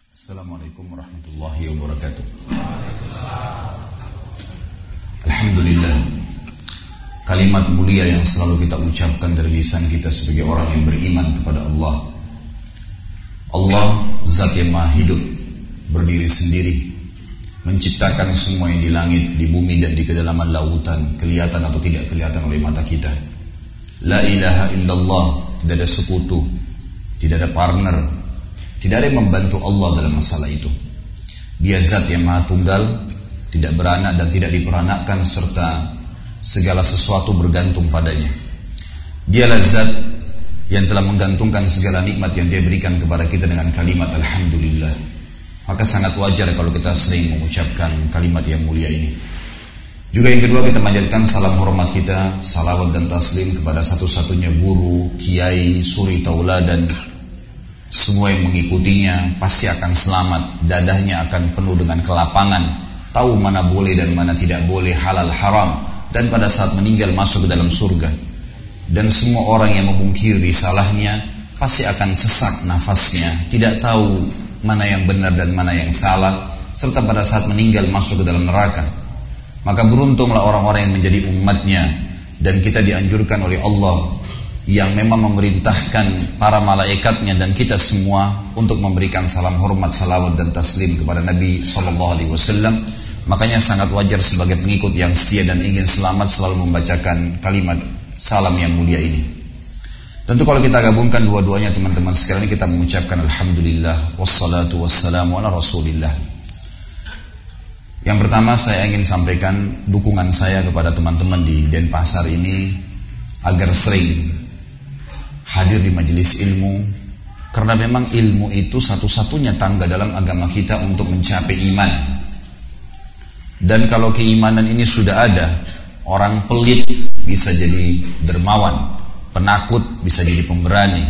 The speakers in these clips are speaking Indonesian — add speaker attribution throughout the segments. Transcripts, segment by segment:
Speaker 1: Assalamualaikum warahmatullahi wabarakatuh. Alhamdulillah, kalimat mulia yang selalu kita ucapkan dari lisan kita sebagai orang yang beriman kepada Allah. Allah zat yang maha hidup, berdiri sendiri, menciptakan semua yang di langit, di bumi dan di kedalaman lautan, kelihatan atau tidak kelihatan oleh mata kita. La ilaha illallah, tidak ada sekutu, tidak ada partner, tidak ada yang membantu Allah dalam masalah itu. Dia zat yang maha tunggal, tidak beranak dan tidak diperanakkan, serta segala sesuatu bergantung padanya. Dialah zat yang telah menggantungkan segala nikmat yang dia berikan kepada kita dengan kalimat Alhamdulillah. Maka sangat wajar kalau kita sering mengucapkan kalimat yang mulia ini. Juga yang kedua, kita manjatkan salam hormat kita, salawat dan taslim kepada satu-satunya guru, kiai, suri tauladan. Semua yang mengikutinya pasti akan selamat, dadahnya akan penuh dengan kelapangan, tahu mana boleh dan mana tidak boleh, halal haram, dan pada saat meninggal masuk ke dalam surga. Dan semua orang yang memungkiri risalahnya pasti akan sesak nafasnya, tidak tahu mana yang benar dan mana yang salah, serta pada saat meninggal masuk ke dalam neraka. Maka beruntunglah orang-orang yang menjadi umatnya. Dan kita dianjurkan oleh Allah yang memang memerintahkan para malaikatnya dan kita semua untuk memberikan salam hormat, salawat dan taslim kepada Nabi SAW. Makanya sangat wajar sebagai pengikut yang setia dan ingin selamat selalu membacakan kalimat salam yang mulia ini. Tentu kalau kita gabungkan dua-duanya teman-teman sekalian, kita mengucapkan Alhamdulillah wassalatu wassalamu ala Rasulillah. Yang pertama, saya ingin sampaikan dukungan saya kepada teman-teman di Denpasar ini agar sering hadir di majelis ilmu, karena memang ilmu itu satu-satunya tangga dalam agama kita untuk mencapai iman. Dan kalau keimanan ini sudah ada, orang pelit bisa jadi dermawan, penakut bisa jadi pemberani,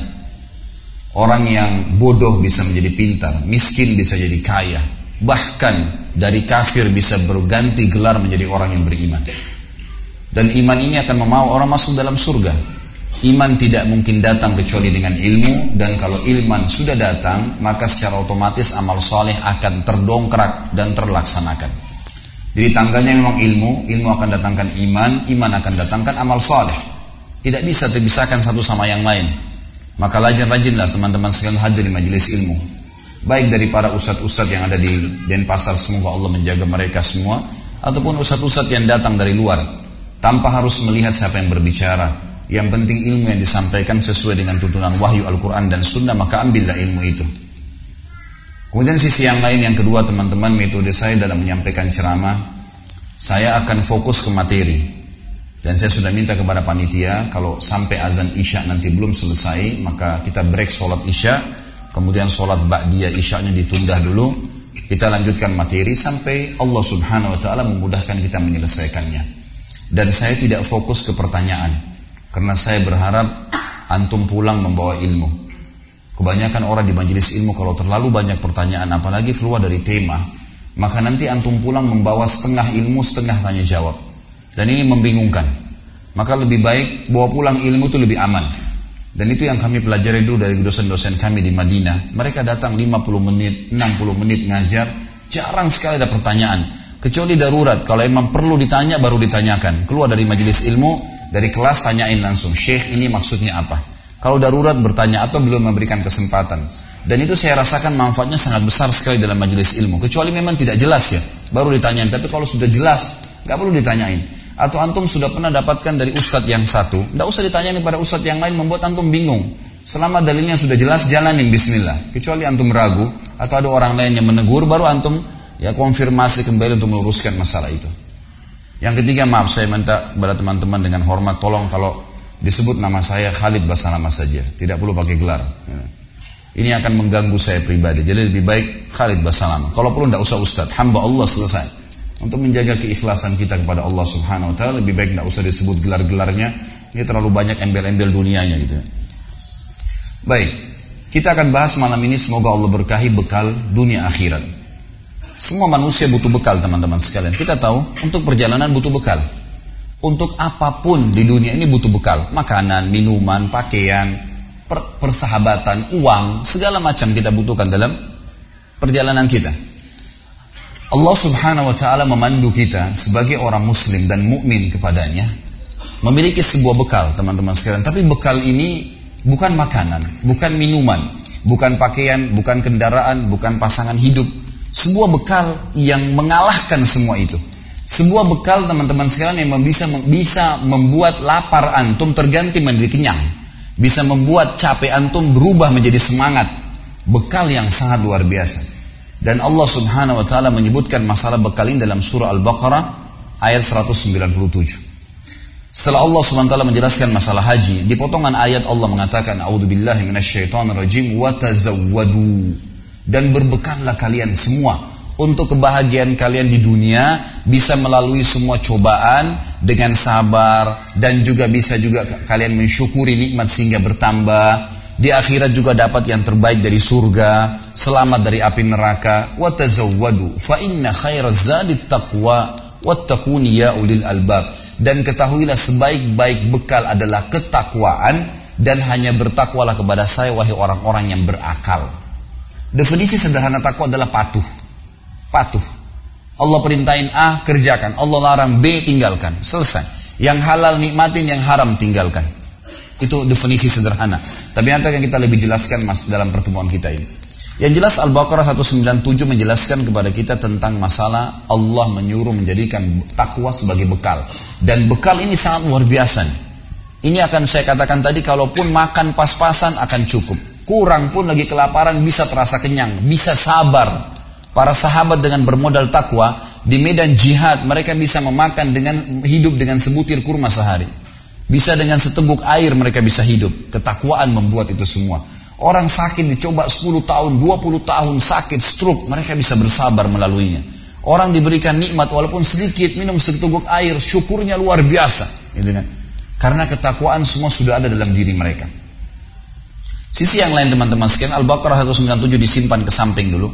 Speaker 1: orang yang bodoh bisa menjadi pintar, miskin bisa jadi kaya, bahkan dari kafir bisa berganti gelar menjadi orang yang beriman. Dan iman ini akan membawa orang masuk dalam surga. Iman tidak mungkin datang kecuali dengan ilmu, dan kalau iman sudah datang, maka secara otomatis amal soleh akan terdongkrak dan terlaksanakan. Jadi tangganya memang ilmu, ilmu akan datangkan iman, iman akan datangkan amal soleh. Tidak bisa terpisahkan satu sama yang lain. Maka rajin-rajinlah teman-teman sekalian hadir di majelis ilmu. Baik dari para ustadz-ustadz yang ada di Denpasar, semoga Allah menjaga mereka semua, ataupun ustadz-ustadz yang datang dari luar, tanpa harus melihat siapa yang berbicara. Yang penting ilmu yang disampaikan sesuai dengan tuntunan wahyu Al-Quran dan Sunnah, maka ambillah ilmu itu. Kemudian sisi yang lain, yang kedua teman-teman, metode saya dalam menyampaikan ceramah, saya akan fokus ke materi. Dan saya sudah minta kepada panitia, kalau sampai azan Isya nanti belum selesai, maka kita break sholat Isya, kemudian sholat ba'diyah Isya'nya ditunda dulu, kita lanjutkan materi sampai Allah Subhanahu Wa Taala memudahkan kita menyelesaikannya. Dan saya tidak fokus ke pertanyaan, karena saya berharap antum pulang membawa ilmu. Kebanyakan orang di majelis ilmu kalau terlalu banyak pertanyaan, apalagi keluar dari tema, maka nanti antum pulang membawa setengah ilmu, setengah tanya jawab. Dan ini membingungkan. Maka lebih baik bawa pulang ilmu itu lebih aman. Dan itu yang kami pelajari dulu dari dosen-dosen kami di Madinah. Mereka datang 50 menit, 60 menit ngajar, jarang sekali ada pertanyaan. Kecuali darurat, kalau emang perlu ditanya baru ditanyakan. Keluar dari majelis ilmu, dari kelas tanyain langsung, Syekh ini maksudnya apa? Kalau darurat bertanya atau belum memberikan kesempatan. Dan itu saya rasakan manfaatnya sangat besar sekali dalam majelis ilmu. Kecuali memang tidak jelas ya, baru ditanyain. Tapi kalau sudah jelas, gak perlu ditanyain. Atau antum sudah pernah dapatkan dari ustadz yang satu, gak usah ditanyain kepada ustadz yang lain, membuat antum bingung. Selama dalilnya sudah jelas, jalanin bismillah. Kecuali antum ragu atau ada orang lain yang menegur, baru antum ya konfirmasi kembali untuk meluruskan masalah itu. Yang ketiga, maaf, saya minta kepada teman-teman dengan hormat, tolong kalau disebut nama saya Khalid Basalama saja, tidak perlu pakai gelar. Ini akan mengganggu saya pribadi. Jadi lebih baik Khalid Basalama. Kalau perlu tidak usah Ustadz, hamba Allah, selesai. Untuk menjaga keikhlasan kita kepada Allah Subhanahu Wa Taala, lebih baik tidak usah disebut gelar-gelarnya. Ini terlalu banyak embel-embel dunianya gitu. Baik, kita akan bahas malam ini, semoga Allah berkahi bekal dunia akhirat. Semua manusia butuh bekal teman-teman sekalian. Kita tahu untuk perjalanan butuh bekal. Untuk apapun di dunia ini butuh bekal. Makanan, minuman, pakaian, persahabatan, uang, segala macam kita butuhkan dalam perjalanan kita. Allah subhanahu wa ta'ala memandu kita sebagai orang muslim dan mukmin kepadanya, memiliki sebuah bekal teman-teman sekalian. Tapi bekal ini bukan makanan, bukan minuman, bukan pakaian, bukan kendaraan, bukan pasangan hidup. Sebuah bekal yang mengalahkan semua itu. Sebuah bekal teman-teman sekalian yang bisa membuat lapar antum terganti menjadi kenyang. Bisa membuat capek antum berubah menjadi semangat. Bekal yang sangat luar biasa. Dan Allah subhanahu wa ta'ala menyebutkan masalah bekal ini dalam surah Al-Baqarah ayat 197. Setelah Allah subhanahu wa ta'ala menjelaskan masalah haji, di potongan ayat Allah mengatakan, A'udzubillahi minasyaitonirrajim, wa tazawwadu. Dan berbekallah kalian semua untuk kebahagiaan kalian di dunia, bisa melalui semua cobaan dengan sabar, dan juga bisa juga kalian mensyukuri nikmat sehingga bertambah. Di akhirat juga dapat yang terbaik dari surga, selamat dari api neraka. Wa tazawwadu fa inna khairaz zadit taqwa wattaquni ya ulil albab. Dan ketahuilah sebaik-baik bekal adalah ketakwaan, dan hanya bertakwalah kepada saya wahai orang-orang yang berakal. Definisi sederhana takwa adalah patuh. Patuh. Allah perintahin A, kerjakan. Allah larang B, tinggalkan. Selesai. Yang halal nikmatin, yang haram tinggalkan. Itu definisi sederhana. Tapi nanti akan kita lebih jelaskan dalam pertemuan kita ini. Yang jelas Al-Baqarah 197 menjelaskan kepada kita tentang masalah Allah menyuruh menjadikan takwa sebagai bekal. Dan bekal ini sangat luar biasa. Ini akan saya katakan tadi, kalaupun makan pas-pasan akan cukup. Kurang pun lagi kelaparan bisa terasa kenyang, bisa sabar. Para sahabat dengan bermodal takwa di medan jihad, mereka bisa memakan dengan hidup dengan sebutir kurma sehari. Bisa dengan seteguk air mereka bisa hidup. Ketakwaan membuat itu semua. Orang sakit dicoba 10 tahun, 20 tahun sakit, stroke, mereka bisa bersabar melaluinya. Orang diberikan nikmat walaupun sedikit, minum seteguk air, syukurnya luar biasa. Gitu kan? Karena ketakwaan semua sudah ada dalam diri mereka. Sisi yang lain teman-teman sekalian, Al-Baqarah 197 disimpan ke samping dulu.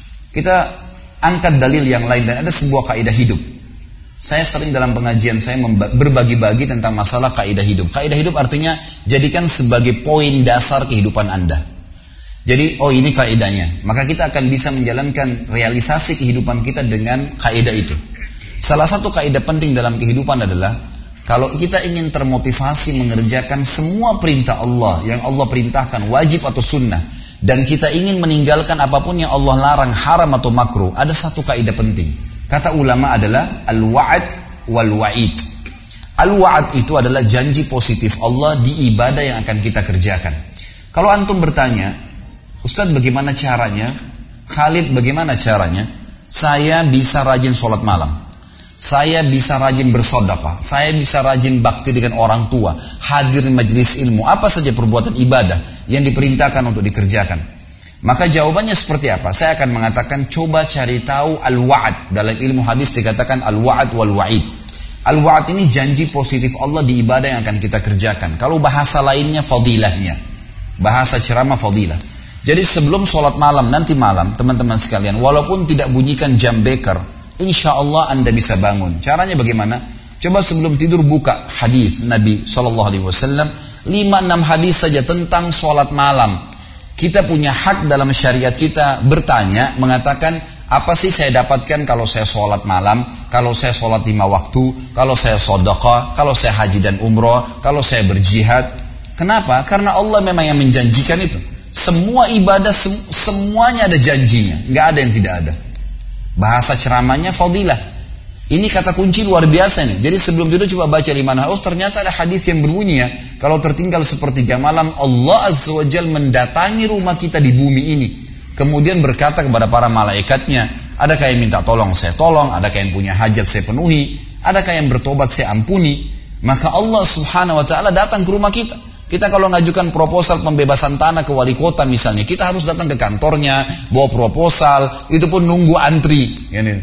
Speaker 1: Kita angkat dalil yang lain, dan ada sebuah kaidah hidup. Saya sering dalam pengajian saya berbagi-bagi tentang masalah kaidah hidup. Kaidah hidup artinya jadikan sebagai poin dasar kehidupan Anda. Jadi, oh ini kaidahnya. Maka kita akan bisa menjalankan realisasi kehidupan kita dengan kaidah itu. Salah satu kaidah penting dalam kehidupan adalah, kalau kita ingin termotivasi mengerjakan semua perintah Allah yang Allah perintahkan, wajib atau sunnah, dan kita ingin meninggalkan apapun yang Allah larang, haram atau makruh, ada satu kaidah penting. Kata ulama adalah al-wa'ad wal-wa'id. Al-wa'ad itu adalah janji positif Allah di ibadah yang akan kita kerjakan. Kalau antum bertanya, Ustaz bagaimana caranya? Khalid bagaimana caranya? Saya bisa rajin sholat malam. Saya bisa rajin bersedekah. Saya bisa rajin bakti dengan orang tua. Hadir majelis ilmu. Apa saja perbuatan ibadah yang diperintahkan untuk dikerjakan. Maka jawabannya seperti apa? Saya akan mengatakan, coba cari tahu al-wa'ad. Dalam ilmu hadis dikatakan al-wa'ad wal-wa'id. Al-wa'ad ini janji positif Allah di ibadah yang akan kita kerjakan. Kalau bahasa lainnya fadilahnya. Bahasa ceramah fadilah. Jadi sebelum sholat malam, nanti malam, teman-teman sekalian, walaupun tidak bunyikan jam beker, insya Allah Anda bisa bangun. Caranya bagaimana? Coba sebelum tidur buka hadis Nabi SAW. 5-6 hadis saja tentang sholat malam. Kita punya hak dalam syariat kita bertanya, mengatakan, apa sih saya dapatkan kalau saya sholat malam, kalau saya sholat 5 waktu, kalau saya sedekah, kalau saya haji dan umroh, kalau saya berjihad. Kenapa? Karena Allah memang yang menjanjikan itu. Semua ibadah, semuanya ada janjinya. Nggak ada yang tidak ada. Bahasa ceramahnya fadilah. Ini kata kunci luar biasa nih. Jadi sebelum tidur coba baca 5 hadis. Ternyata ada hadis yang berbunyi ya, kalau tertinggal sepertiga malam, Allah Azza wa Jalla mendatangi rumah kita di bumi ini. Kemudian berkata kepada para malaikatnya, adakah yang minta tolong saya tolong, adakah yang punya hajat saya penuhi, adakah yang bertobat saya ampuni. Maka Allah subhanahu wa ta'ala datang ke rumah kita. Kita kalau ngajukan proposal pembebasan tanah ke wali kota misalnya, kita harus datang ke kantornya, bawa proposal, itu pun nunggu antri.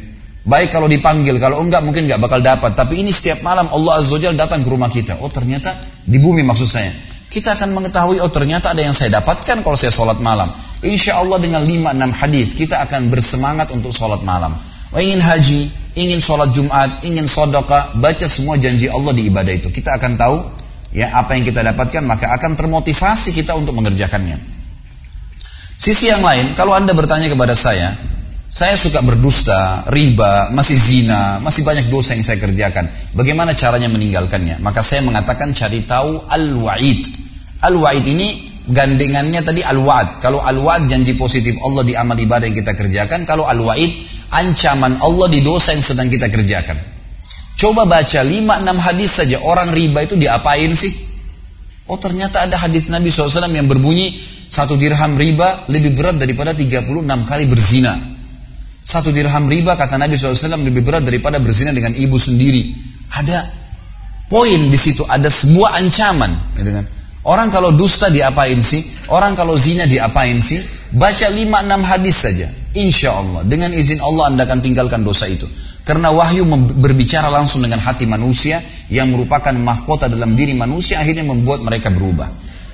Speaker 1: Baik kalau dipanggil, kalau enggak mungkin enggak bakal dapat. Tapi ini setiap malam Allah Azza wa Jalla datang ke rumah kita. Oh ternyata di bumi maksud saya. Kita akan mengetahui, oh ternyata ada yang saya dapatkan kalau saya sholat malam. Insya Allah dengan 5-6 hadis kita akan bersemangat untuk sholat malam. Ingin haji, ingin sholat Jumat, ingin sedekah, baca semua janji Allah di ibadah itu. Kita akan tahu ya apa yang kita dapatkan, maka akan termotivasi kita untuk mengerjakannya. Sisi yang lain, kalau Anda bertanya kepada saya suka berdusta, riba, masih zina, masih banyak dosa yang saya kerjakan. Bagaimana caranya meninggalkannya? Maka saya mengatakan cari tahu al-wa'id. Al-wa'id ini gandengannya tadi al-wa'ad. Kalau al-wa'ad janji positif Allah di amal ibadah yang kita kerjakan. Kalau al-wa'id ancaman Allah di dosa yang sedang kita kerjakan. Coba baca 5-6 hadis saja orang riba itu diapain sih? Oh ternyata ada hadis Nabi SAW yang berbunyi 1 dirham riba lebih berat daripada 36 kali berzina. 1 dirham riba kata Nabi SAW lebih berat daripada berzina dengan ibu sendiri. Ada poin di situ, ada sebuah ancaman. Gitu kan? Orang kalau dusta diapain sih? Orang kalau zina diapain sih? Baca 5-6 hadis saja. Insya Allah, dengan izin Allah Anda akan tinggalkan dosa itu. Karena wahyu berbicara langsung dengan hati manusia yang merupakan mahkota dalam diri manusia, akhirnya membuat mereka berubah.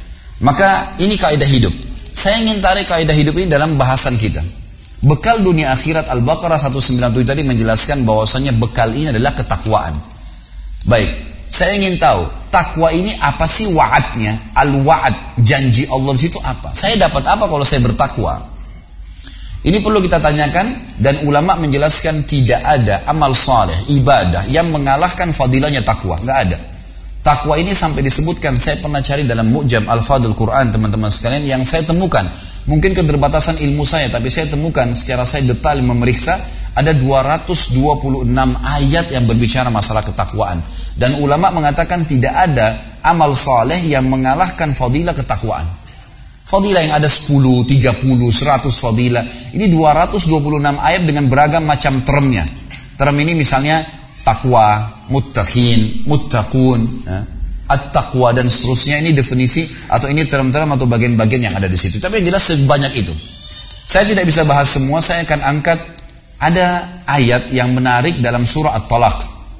Speaker 1: Maka ini kaidah hidup. Saya ingin tarik kaidah hidup ini dalam bahasan kita. Bekal dunia akhirat Al-Baqarah 197 tadi menjelaskan bahwasanya bekal ini adalah ketakwaan. Baik, saya ingin tahu takwa ini apa sih wa'adnya? Al-wa'ad, janji Allah di situ apa? Saya dapat apa kalau saya bertakwa? Ini perlu kita tanyakan, dan ulama menjelaskan tidak ada amal saleh, ibadah yang mengalahkan fadilahnya takwa, nggak ada. Takwa ini sampai disebutkan, saya pernah cari dalam Mu'jam Al-Fadhul Quran teman-teman sekalian, yang saya temukan. Mungkin keterbatasan ilmu saya, tapi saya temukan secara saya detail memeriksa ada 226 ayat yang berbicara masalah ketakwaan. Dan ulama mengatakan tidak ada amal saleh yang mengalahkan fadilah ketakwaan. Fadilah yang ada 10, 30, 100 fadilah. Ini 226 ayat dengan beragam macam termnya. Term ini misalnya takwa, muttaqin, muttaqun, at-taqwa dan seterusnya. Ini definisi atau ini term-term atau bagian-bagian yang ada di situ. Tapi yang jelas sebanyak itu. Saya tidak bisa bahas semua, saya akan angkat ada ayat yang menarik dalam surah At-Talaq.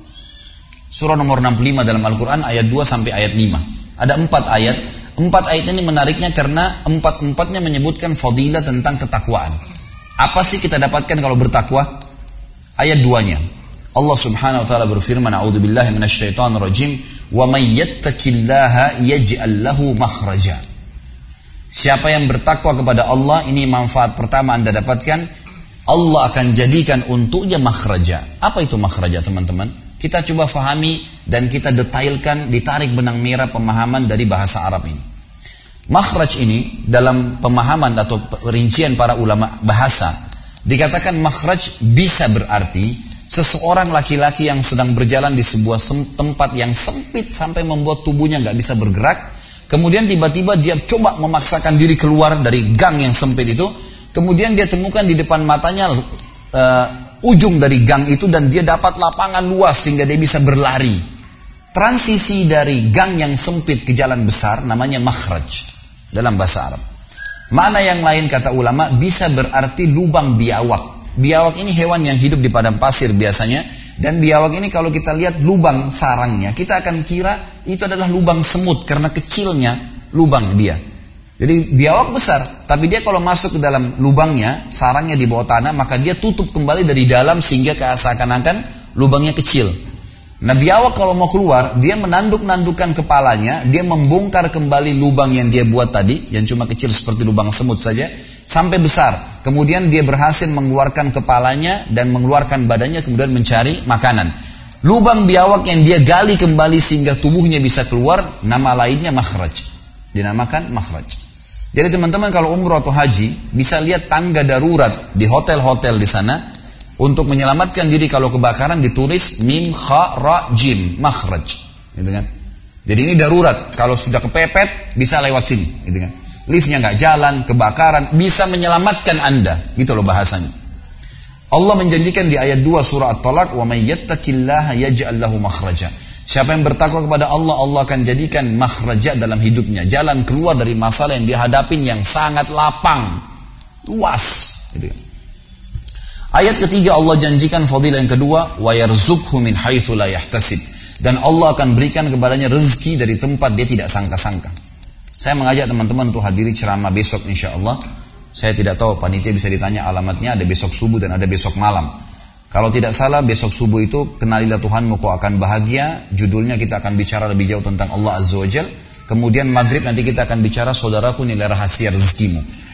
Speaker 1: Surah nomor 65 dalam Al-Quran ayat 2 sampai ayat 5. Ada 4 ayat. 4 ayat ini menariknya karena 4-4-nya menyebutkan fadilah tentang ketakwaan. Apa sih kita dapatkan kalau bertakwa? Ayat 2-nya. Allah Subhanahu wa taala berfirman, "A'udzubillahi minasyaitonirrajim, wa may yattaqillaha yaj'al lahu makhraja." Siapa yang bertakwa kepada Allah, ini manfaat pertama Anda dapatkan, Allah akan jadikan untuknya makhraja. Apa itu makhraja, teman-teman? Kita coba fahami dan kita detailkan, ditarik benang merah pemahaman dari bahasa Arab ini. Makhraj ini dalam pemahaman atau rincian para ulama bahasa, dikatakan makhraj bisa berarti seseorang laki-laki yang sedang berjalan di sebuah tempat yang sempit sampai membuat tubuhnya nggak bisa bergerak. Kemudian tiba-tiba dia coba memaksakan diri keluar dari gang yang sempit itu. Kemudian dia temukan di depan matanya ujung dari gang itu dan dia dapat lapangan luas sehingga dia bisa berlari. Transisi dari gang yang sempit ke jalan besar namanya makhraj dalam bahasa Arab. Makna yang lain kata ulama bisa berarti lubang biawak. Biawak ini hewan yang hidup di padang pasir biasanya, dan biawak ini kalau kita lihat lubang sarangnya, kita akan kira itu adalah lubang semut karena kecilnya lubang dia. Jadi biawak besar, tapi dia kalau masuk ke dalam lubangnya, sarangnya di bawah tanah, maka dia tutup kembali dari dalam sehingga seakan-akan lubangnya kecil. Nah biawak kalau mau keluar, dia menanduk-nandukkan kepalanya, dia membongkar kembali lubang yang dia buat tadi, yang cuma kecil seperti lubang semut saja, sampai besar. Kemudian dia berhasil mengeluarkan kepalanya dan mengeluarkan badannya, kemudian mencari makanan. Lubang biawak yang dia gali kembali sehingga tubuhnya bisa keluar, nama lainnya makhraj. Dinamakan makhraj. Jadi teman-teman kalau umroh atau haji, bisa lihat tangga darurat di hotel-hotel di sana. Untuk menyelamatkan diri kalau kebakaran ditulis mim kha ra jim, makhraj. Gitu kan? Jadi ini darurat, kalau sudah kepepet bisa lewat sini, gitu kan? Liftnya nggak jalan, kebakaran, bisa menyelamatkan Anda, gitu loh bahasanya. Allah menjanjikan di ayat 2 surah At-Talaq, wa may yattaqillaha yaj'al lahu makhraja. Siapa yang bertakwa kepada Allah, Allah akan jadikan makhraja dalam hidupnya, jalan keluar dari masalah yang dihadapin yang sangat lapang, luas, gitu kan? Ayat ketiga Allah janjikan fadilah yang kedua, wa yarzuqhu min haitsu la yahtasib, dan Allah akan berikan kepadanya rezeki dari tempat dia tidak sangka-sangka. Saya mengajak teman-teman untuk hadiri ceramah besok insyaallah. Saya tidak tahu panitia bisa ditanya alamatnya, ada besok subuh dan ada besok malam. Kalau tidak salah besok subuh itu kenalilah Tuhanmu kau akan bahagia, judulnya kita akan bicara lebih jauh tentang Allah Azza wa Jalla. Kemudian maghrib nanti kita akan bicara saudaraku nilai rahasia rezekimu.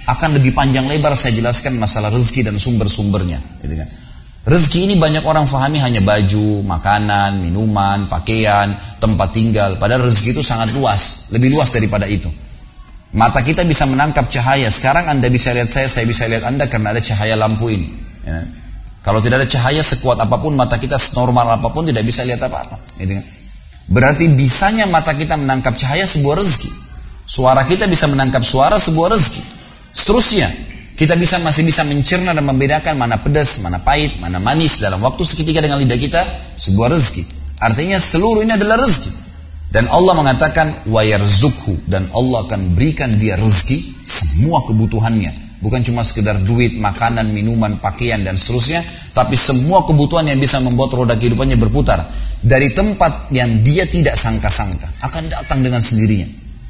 Speaker 1: akan lebih panjang lebar saya jelaskan masalah rezeki dan sumber-sumbernya, gitu kan. Rezeki ini banyak orang fahami hanya baju, makanan, minuman, pakaian, tempat tinggal. Padahal rezeki itu sangat luas, lebih luas daripada itu. Mata kita bisa menangkap cahaya. Sekarang Anda bisa lihat saya bisa lihat Anda karena ada cahaya lampu ini. Ya. Kalau tidak ada cahaya sekuat apapun, mata kita senormal apapun tidak bisa lihat apa-apa. Gitu kan? Berarti bisanya mata kita menangkap cahaya sebuah rezeki. Suara kita bisa menangkap suara sebuah rezeki. Seterusnya, kita masih bisa mencerna dan membedakan mana pedas, mana pahit, mana manis dalam waktu seketika dengan lidah kita, sebuah rezeki. Artinya seluruh ini adalah rezeki. Dan Allah mengatakan wa yarzuqhu, dan Allah akan berikan dia rezeki semua kebutuhannya. Bukan cuma sekedar duit, makanan, minuman, pakaian dan seterusnya, tapi semua kebutuhan yang bisa membuat roda kehidupannya berputar dari tempat yang dia tidak sangka-sangka akan datang dengan sendirinya.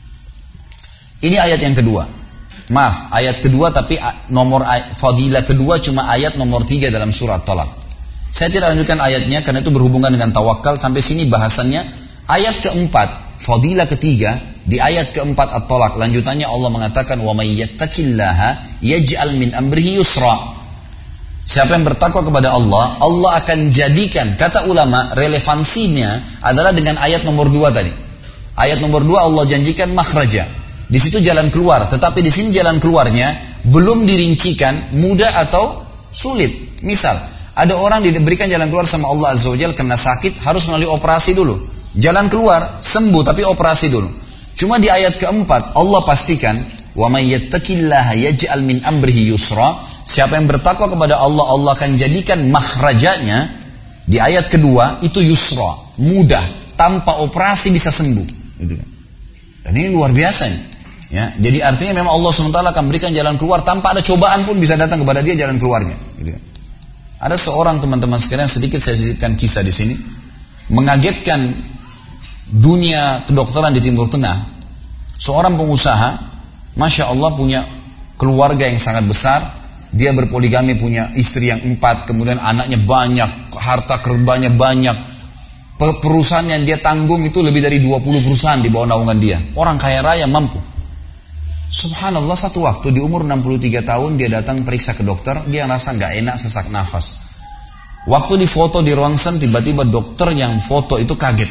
Speaker 1: Ini ayat yang kedua. Maaf, ayat kedua tapi nomor fadilah kedua cuma ayat nomor 3 dalam surat Talaq. Saya tidak lanjutkan ayatnya karena itu berhubungan dengan tawakal. Sampai sini bahasannya. Ayat keempat, fadilah ketiga, di ayat keempat At-Talaq, lanjutannya Allah mengatakan wa may yattaqillaha yaj'al min amrihi yusra. Siapa yang bertakwa kepada Allah, Allah akan jadikan, kata ulama, relevansinya adalah dengan ayat nomor 2 tadi. Ayat nomor 2 Allah janjikan makhraja. Di situ jalan keluar, tetapi di sini jalan keluarnya belum dirincikan mudah atau sulit. Misal, ada orang diberikan jalan keluar sama Allah Azza wa Jalla karena sakit harus melalui operasi dulu. Jalan keluar sembuh tapi operasi dulu. Cuma di ayat keempat Allah pastikan wa may yattaqillaha yaj'al min amrihi yusra. Siapa yang bertakwa kepada Allah, Allah akan jadikan makhrajanya di ayat kedua itu yusra, mudah, tanpa operasi bisa sembuh. Gitu kan. Dan ini luar biasa nih. Ya, jadi artinya memang Allah SWT akan berikan jalan keluar tanpa ada cobaan pun bisa datang kepada dia jalan keluarnya. Gitu kan. Ada seorang teman-teman sekalian, sedikit saya sisipkan kisah di sini, mengagetkan dunia kedokteran di Timur Tengah. Seorang pengusaha, masya Allah punya keluarga yang sangat besar, dia berpoligami, punya istri yang 4, kemudian anaknya banyak, harta kerbanya banyak, perusahaan yang dia tanggung itu lebih dari 20 perusahaan di bawah naungan dia. Orang kaya raya mampu. Subhanallah, satu waktu di umur 63 tahun dia datang periksa ke dokter, dia rasa gak enak, sesak nafas. Waktu di foto di ronsen, tiba-tiba dokter yang foto itu kaget.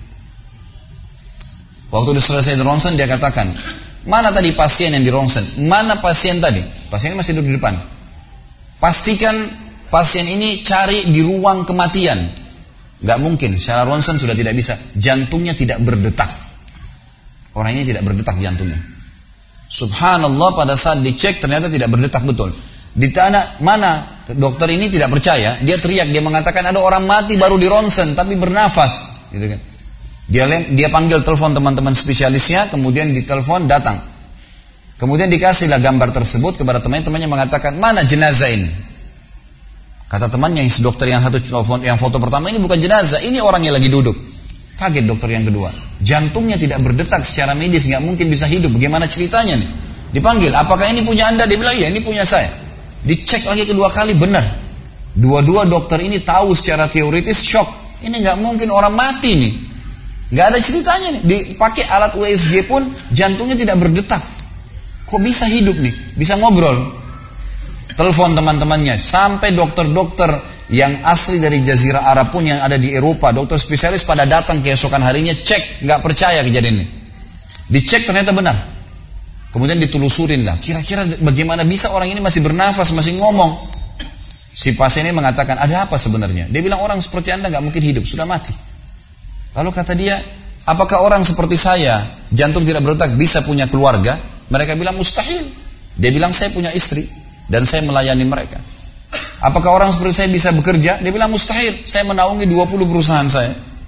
Speaker 1: Waktu selesai di ronsen dia katakan, mana tadi pasien yang di ronsen? Mana pasien tadi? Pasien masih duduk di depan. Pastikan pasien ini cari di ruang kematian. Gak mungkin, secara ronsen sudah tidak bisa. Jantungnya tidak berdetak. Orangnya tidak berdetak jantungnya. Subhanallah, pada saat dicek ternyata tidak berdetak betul. Ditanya mana, dokter ini tidak percaya. Dia teriak, dia mengatakan ada orang mati baru di ronsen tapi bernafas, gitu kan. Dia panggil telepon teman-teman spesialisnya, kemudian ditelepon datang. Kemudian dikasihlah gambar tersebut kepada temannya mengatakan mana jenazah ini. Kata temannya yang dokter yang satu telepon, yang foto pertama, ini bukan jenazah, ini orangnya lagi duduk. Kaget dokter yang kedua, jantungnya tidak berdetak secara medis, nggak mungkin bisa hidup. Bagaimana ceritanya nih? Dipanggil, apakah ini punya Anda? Dia bilang, iya ini punya saya. Dicek lagi kedua kali, benar. Dua-dua dokter ini tahu secara teoritis, shock. Ini nggak mungkin orang mati nih, nggak ada ceritanya nih. Dipakai alat USG pun jantungnya tidak berdetak. Kok bisa hidup nih? Bisa ngobrol. Telepon teman-temannya, sampai dokter-dokter yang asli dari Jazirah Arab pun yang ada di Eropa, dokter spesialis pada datang keesokan harinya, cek, nggak percaya kejadian ini. Dicek ternyata benar. Kemudian ditelusurin lah, kira-kira bagaimana bisa orang ini masih bernafas, masih ngomong. Si pasien ini mengatakan, ada apa sebenarnya? Dia bilang, orang seperti Anda nggak mungkin hidup, sudah mati. Lalu kata dia, apakah orang seperti saya, jantung tidak berdetak, bisa punya keluarga? Mereka bilang mustahil. Dia bilang, saya punya istri dan saya melayani mereka. Apakah orang seperti saya bisa bekerja? Dia bilang mustahil, saya menaungi 20 perusahaan saya.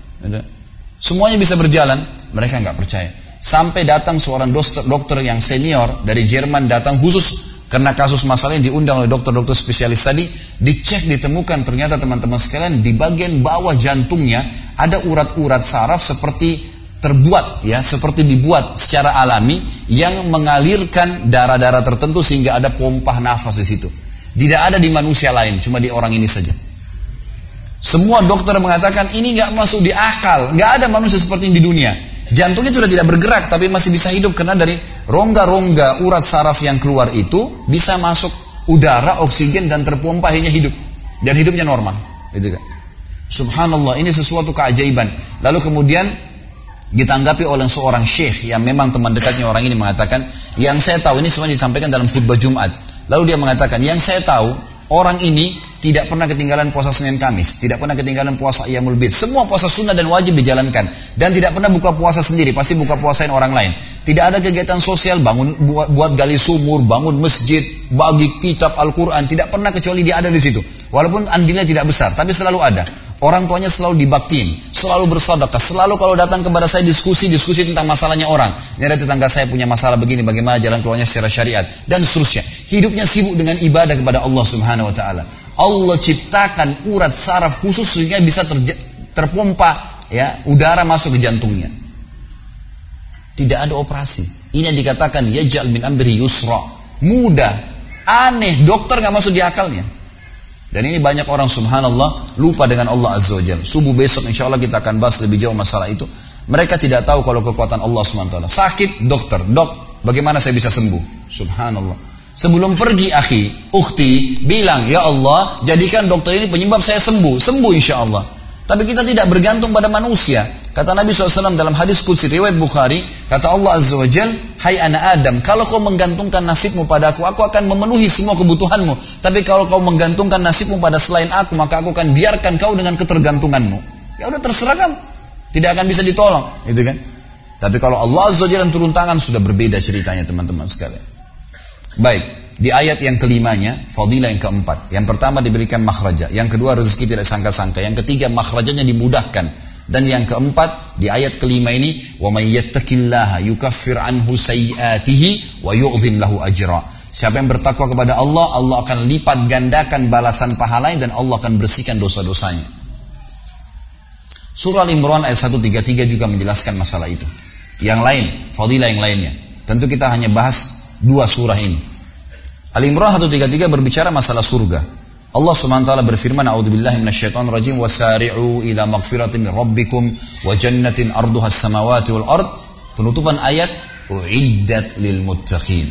Speaker 1: Semuanya bisa berjalan. Mereka nggak percaya. Sampai datang seorang dokter yang senior dari Jerman, datang khusus karena kasus masalah ini, diundang oleh dokter-dokter spesialis tadi. Dicek, ditemukan ternyata teman-teman sekalian, di bagian bawah jantungnya ada urat-urat saraf seperti terbuat, ya, seperti dibuat secara alami yang mengalirkan darah-darah tertentu sehingga ada pompa nafas di situ. Tidak ada di manusia lain, cuma di orang ini saja. Semua dokter mengatakan ini nggak masuk di akal, nggak ada manusia seperti ini di dunia. Jantungnya sudah tidak bergerak tapi masih bisa hidup karena dari rongga-rongga urat saraf yang keluar itu bisa masuk udara, oksigen dan terpompa, akhirnya hidup dan hidupnya normal. Gitu kan? Subhanallah, ini sesuatu keajaiban. Lalu kemudian ditanggapi oleh seorang syekh yang memang teman dekatnya orang ini mengatakan, yang saya tahu, ini semua disampaikan dalam khutbah Jumat. Lalu dia mengatakan, yang saya tahu orang ini tidak pernah ketinggalan puasa Senin Kamis, tidak pernah ketinggalan puasa Ayyamul Bid. Semua puasa sunnah dan wajib dijalankan dan tidak pernah buka puasa sendiri, pasti buka puasain orang lain. Tidak ada kegiatan sosial, bangun buat gali sumur, bangun masjid, bagi kitab Al-Qur'an, tidak pernah kecuali dia ada di situ. Walaupun andilnya tidak besar, tapi selalu ada. Orang tuanya selalu dibaktiin, selalu bersedekah, selalu kalau datang kepada saya diskusi tentang masalahnya orang. Ini ada tetangga saya punya masalah begini, bagaimana jalan keluarnya secara syariat dan seterusnya. Hidupnya sibuk dengan ibadah kepada Allah Subhanahu wa taala. Allah ciptakan urat saraf khusus sehingga bisa terpompa ya udara masuk ke jantungnya. Tidak ada operasi. Ini yang dikatakan yaj'al min amri yusra. Mudah, aneh, dokter nggak masuk di akalnya. Dan ini banyak orang subhanallah lupa dengan Allah Azza wa Jalla. Subuh besok insya Allah kita akan bahas lebih jauh masalah itu. Mereka tidak tahu kalau kekuatan Allah SWT. Sakit, dokter, dok, bagaimana saya bisa sembuh? Subhanallah. Sebelum pergi akhi, ukhti, bilang, ya Allah, jadikan dokter ini penyebab saya sembuh. Sembuh insya Allah. Tapi kita tidak bergantung pada manusia. Kata Nabi SAW dalam hadis qudsi riwayat Bukhari, kata Allah Azza wa Jalla, hai anak Adam, kalau kau menggantungkan nasibmu pada aku akan memenuhi semua kebutuhanmu. Tapi kalau kau menggantungkan nasibmu pada selain aku, maka aku akan biarkan kau dengan ketergantunganmu. Ya udah terserah kamu. Tidak akan bisa ditolong, gitu kan? Tapi kalau Allah Azza wa Jalla turun tangan, sudah berbeda ceritanya teman-teman sekalian. Baik, di ayat yang kelimanya, fadilah yang keempat. Yang pertama diberikan makhraja, yang kedua rezeki tidak sangka-sangka, yang ketiga makhrajanya dimudahkan. Dan yang keempat di ayat kelima ini, wa may yattaqillaha yukaffir anhu sayyi'atihi wa yu'dhim lahu ajra. Siapa yang bertakwa kepada Allah, Allah akan lipat gandakan balasan pahalanya dan Allah akan bersihkan dosa-dosanya. Surah Al-Imran ayat 133 juga menjelaskan masalah itu. Yang lain, fadilah yang lainnya. Tentu kita hanya bahas dua surah ini. Al-Imran 133 berbicara masalah surga. Allah SWT berfirman, a'udzubillahi minasyaitonir rajim, wasari'u ila maghfiratin min rabbikum wa jannatin arduha as-samawati wal ard. Penutupan ayat, uiddat lil muttaqin.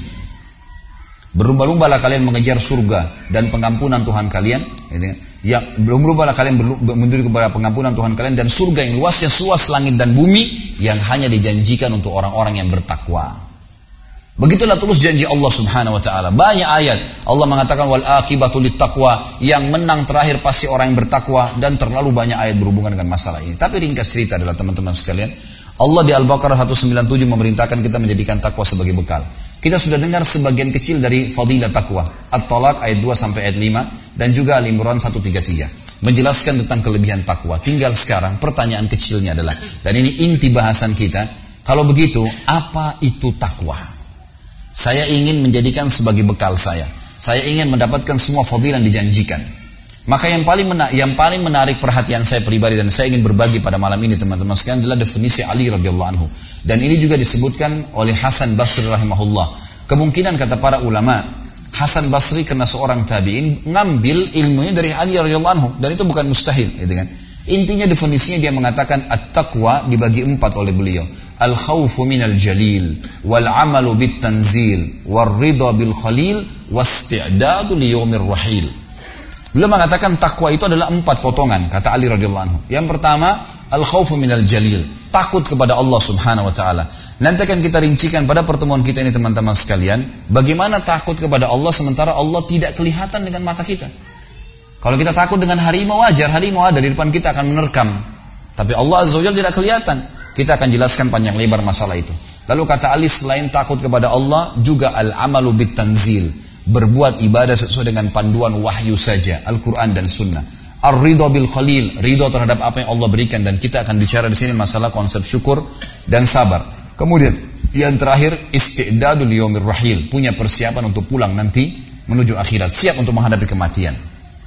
Speaker 1: Berlumba-lumbalah kalian mengejar surga dan pengampunan Tuhan kalian, ya, berlumba-lumbalah kalian menuju kepada pengampunan Tuhan kalian dan surga yang luasnya seluas langit dan bumi yang hanya dijanjikan untuk orang-orang yang bertakwa. Begitulah tulus janji Allah Subhanahu wa taala. Banyak ayat Allah mengatakan wal aqibatu littaqwa, yang menang terakhir pasti orang yang bertakwa, dan terlalu banyak ayat berhubungan dengan masalah ini. Tapi ringkas cerita adalah teman-teman sekalian, Allah di Al-Baqarah 197 memerintahkan kita menjadikan takwa sebagai bekal. Kita sudah dengar sebagian kecil dari fadilah takwa. At-Talaq ayat 2 sampai ayat 5 dan juga Al-Imran 133 menjelaskan tentang kelebihan takwa. Tinggal sekarang pertanyaan kecilnya adalah, dan ini inti bahasan kita, kalau begitu apa itu takwa? Saya ingin menjadikan sebagai bekal saya. Saya ingin mendapatkan semua fadilah yang dijanjikan. Maka yang paling menarik perhatian saya pribadi dan saya ingin berbagi pada malam ini teman-teman sekalian adalah definisi Ali radhiyallahu anhu. Dan ini juga disebutkan oleh Hasan Basri rahimahullah. Kemungkinan kata para ulama, Hasan Basri karena seorang tabi'in ngambil ilmunya dari Ali radhiyallahu anhu, dan itu bukan mustahil, gitu kan. Intinya definisinya dia mengatakan at-taqwa dibagi 4 oleh beliau. Al-khawfu minal jalil, wal-amalu bit-tanzil, wal-ridha bil-khalil, wasti'dadu liyawmir rahil. Beliau mengatakan takwa itu adalah 4 potongan, kata Ali radhiyallahu anhu. Yang pertama, al-khawfu minal jalil, takut kepada Allah Subhanahu wa taala. Nanti akan kita rincikan pada pertemuan kita ini teman-teman sekalian, bagaimana takut kepada Allah sementara Allah tidak kelihatan dengan mata kita. Kalau kita takut dengan harimau, wajar, harimau ada di depan kita akan menerkam. Tapi Allah Azza wa Jalla tidak kelihatan. Kita akan jelaskan panjang lebar masalah itu. Lalu kata Ali, selain takut kepada Allah, juga al-amalu bit-tanzil, berbuat ibadah sesuai dengan panduan wahyu saja, Al-Quran dan Sunnah. Ar-ridha bil-khalil, ridha terhadap apa yang Allah berikan, dan kita akan bicara di sini masalah konsep syukur dan sabar. Kemudian yang terakhir, isti'dadul yaumir rahil, punya persiapan untuk pulang nanti menuju akhirat, siap untuk menghadapi kematian.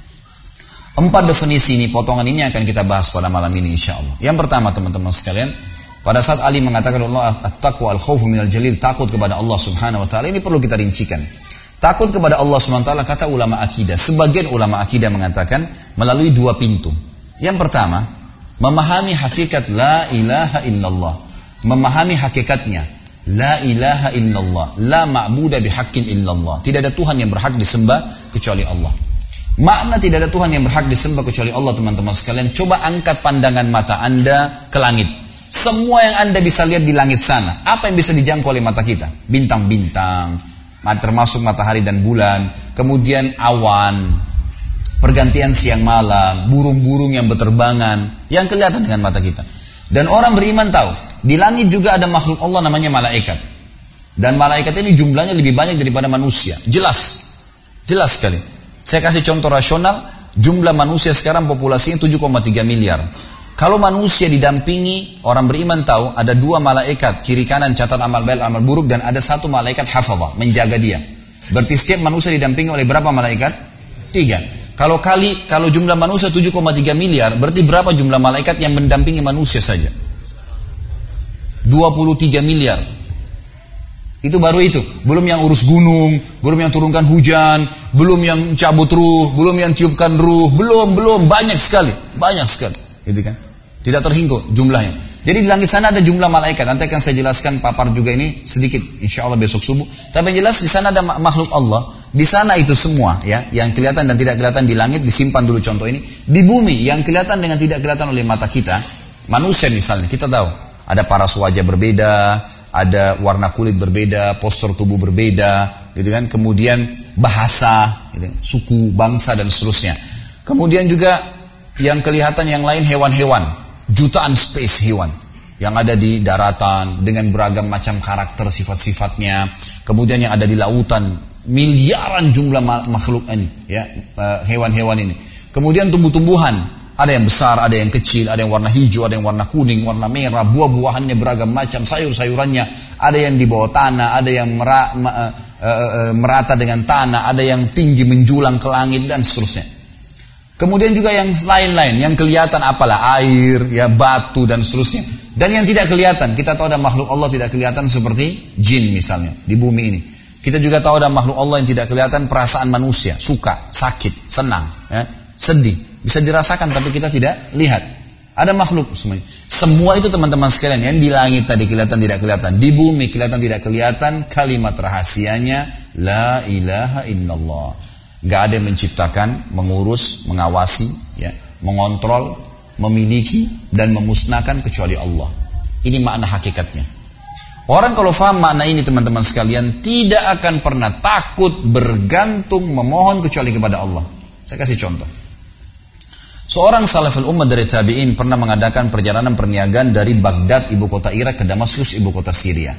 Speaker 1: 4 definisi ini, potongan ini akan kita bahas pada malam ini insyaallah. Yang pertama teman-teman sekalian, pada saat Ali mengatakan Allah at-taqwa al-khawfu minal jalil, takut kepada Allah Subhanahu wa taala, ini perlu kita rincikan. Takut kepada Allah Subhanahu wa taala, kata ulama akidah, sebagian ulama akidah mengatakan melalui 2 pintu. Yang pertama, memahami hakikat la ilaha illallah. memahami hakikatnya. La ilaha illallah, la ma'buda bihaqqin illallah. Tidak ada Tuhan yang berhak disembah kecuali Allah. Makna tidak ada Tuhan yang berhak disembah kecuali Allah, teman-teman sekalian. Coba angkat pandangan mata Anda ke langit. Semua yang Anda bisa lihat di langit sana, apa yang bisa dijangkau oleh mata kita? Bintang-bintang, termasuk matahari dan bulan, kemudian awan, pergantian siang malam, burung-burung yang berterbangan, yang kelihatan dengan mata kita. Dan orang beriman tahu, di langit juga ada makhluk Allah namanya malaikat. Dan malaikat ini jumlahnya lebih banyak daripada manusia. Jelas sekali. Saya kasih contoh rasional, jumlah manusia sekarang populasinya 7,3 miliar. Kalau manusia didampingi, orang beriman tahu ada 2 malaikat, kiri kanan catat amal baik, amal buruk, dan ada 1 malaikat hafazah, menjaga dia. Berarti setiap manusia didampingi oleh berapa malaikat? 3. Kalau jumlah manusia 7,3 miliar, berarti berapa jumlah malaikat yang mendampingi manusia saja? 23 miliar. Itu baru itu. Belum yang urus gunung, belum yang turunkan hujan, belum yang cabut ruh, belum yang tiupkan ruh, belum, banyak sekali. Gitu kan? Tidak terhingga jumlahnya. Jadi di langit sana ada jumlah malaikat. Nanti akan saya jelaskan papar juga ini sedikit, insya Allah besok subuh. Tapi yang jelas di sana ada makhluk Allah. Di sana itu semua, ya, yang kelihatan dan tidak kelihatan di langit, disimpan dulu contoh ini. Di bumi yang kelihatan dengan tidak kelihatan oleh mata kita, manusia misalnya, kita tahu ada paras wajah berbeda, ada warna kulit berbeda, postur tubuh berbeda, gitu kan? Kemudian bahasa, gitu, suku, bangsa dan seterusnya. Kemudian juga yang kelihatan yang lain hewan-hewan, jutaan space hewan yang ada di daratan dengan beragam macam karakter sifat-sifatnya. Kemudian yang ada di lautan, miliaran jumlah makhluk ini, ya, hewan-hewan ini. Kemudian tumbuh-tumbuhan, ada yang besar, ada yang kecil, ada yang warna hijau, ada yang warna kuning, warna merah, buah-buahannya beragam macam, sayur-sayurannya, ada yang di bawah tanah, ada yang merata dengan tanah, ada yang tinggi menjulang ke langit dan seterusnya. Kemudian juga yang lain-lain, yang kelihatan apalah, air, ya, batu dan seterusnya. Dan yang tidak kelihatan, kita tahu ada makhluk Allah tidak kelihatan seperti jin misalnya di bumi ini. Kita juga tahu ada makhluk Allah yang tidak kelihatan, perasaan manusia, suka, sakit, senang, ya, sedih, bisa dirasakan tapi kita tidak lihat. Ada makhluk semuanya. Semua itu teman-teman sekalian, yang di langit tadi kelihatan tidak kelihatan, di bumi kelihatan tidak kelihatan, kalimat rahasianya la ilaha illallah. Gak ada yang menciptakan, mengurus, mengawasi, ya, mengontrol, memiliki dan memusnahkan kecuali Allah. Ini makna hakikatnya. Orang kalau faham makna ini teman-teman sekalian, tidak akan pernah takut, bergantung, memohon kecuali kepada Allah. Saya kasih contoh. Seorang salaful ummah dari tabi'in pernah mengadakan perjalanan perniagaan dari Baghdad, ibu kota Irak, ke Damaskus, ibu kota Syria.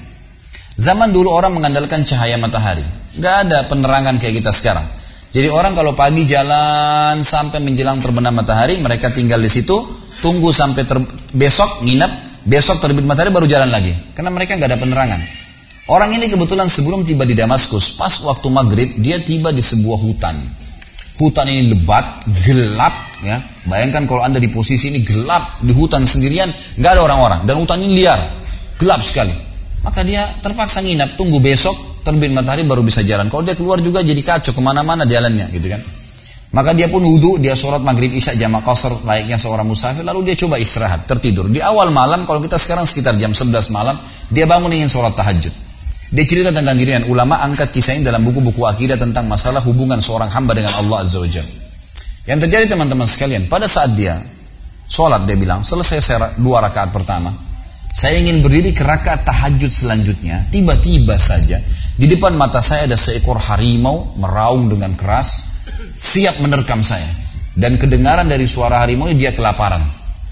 Speaker 1: Zaman dulu orang mengandalkan cahaya matahari. Gak ada penerangan kayak kita sekarang. Jadi orang kalau pagi jalan sampai menjelang terbenam matahari, mereka tinggal di situ, tunggu sampai besok, nginep, besok terbit matahari baru jalan lagi. Karena mereka nggak ada penerangan. Orang ini kebetulan sebelum tiba di Damaskus, pas waktu maghrib, dia tiba di sebuah hutan. Hutan ini lebat, gelap, ya. Bayangkan kalau Anda di posisi ini gelap, di hutan sendirian, nggak ada orang-orang. Dan hutan ini liar, gelap sekali. Maka dia terpaksa nginap, tunggu besok terbit matahari baru bisa jalan. Kalau dia keluar juga jadi kacau, kemana-mana jalannya, gitu kan. Maka dia pun wudhu, dia sholat maghrib isya jamak qasar layaknya seorang musafir, lalu dia coba istirahat, tertidur. Di awal malam, kalau kita sekarang sekitar jam 11 malam, dia bangun ingin sholat tahajud. Dia cerita tentang dirinya, ulama angkat kisah ini dalam buku-buku akidah tentang masalah hubungan seorang hamba dengan Allah Azza wa Jalla. Yang terjadi teman-teman sekalian, pada saat dia sholat, dia bilang, selesai saya 2 rakaat pertama, saya ingin berdiri ke rakaat tahajud selanjutnya. Tiba-tiba saja, di depan mata saya ada seekor harimau meraung dengan keras, siap menerkam saya. Dan kedengaran dari suara harimau ini dia kelaparan.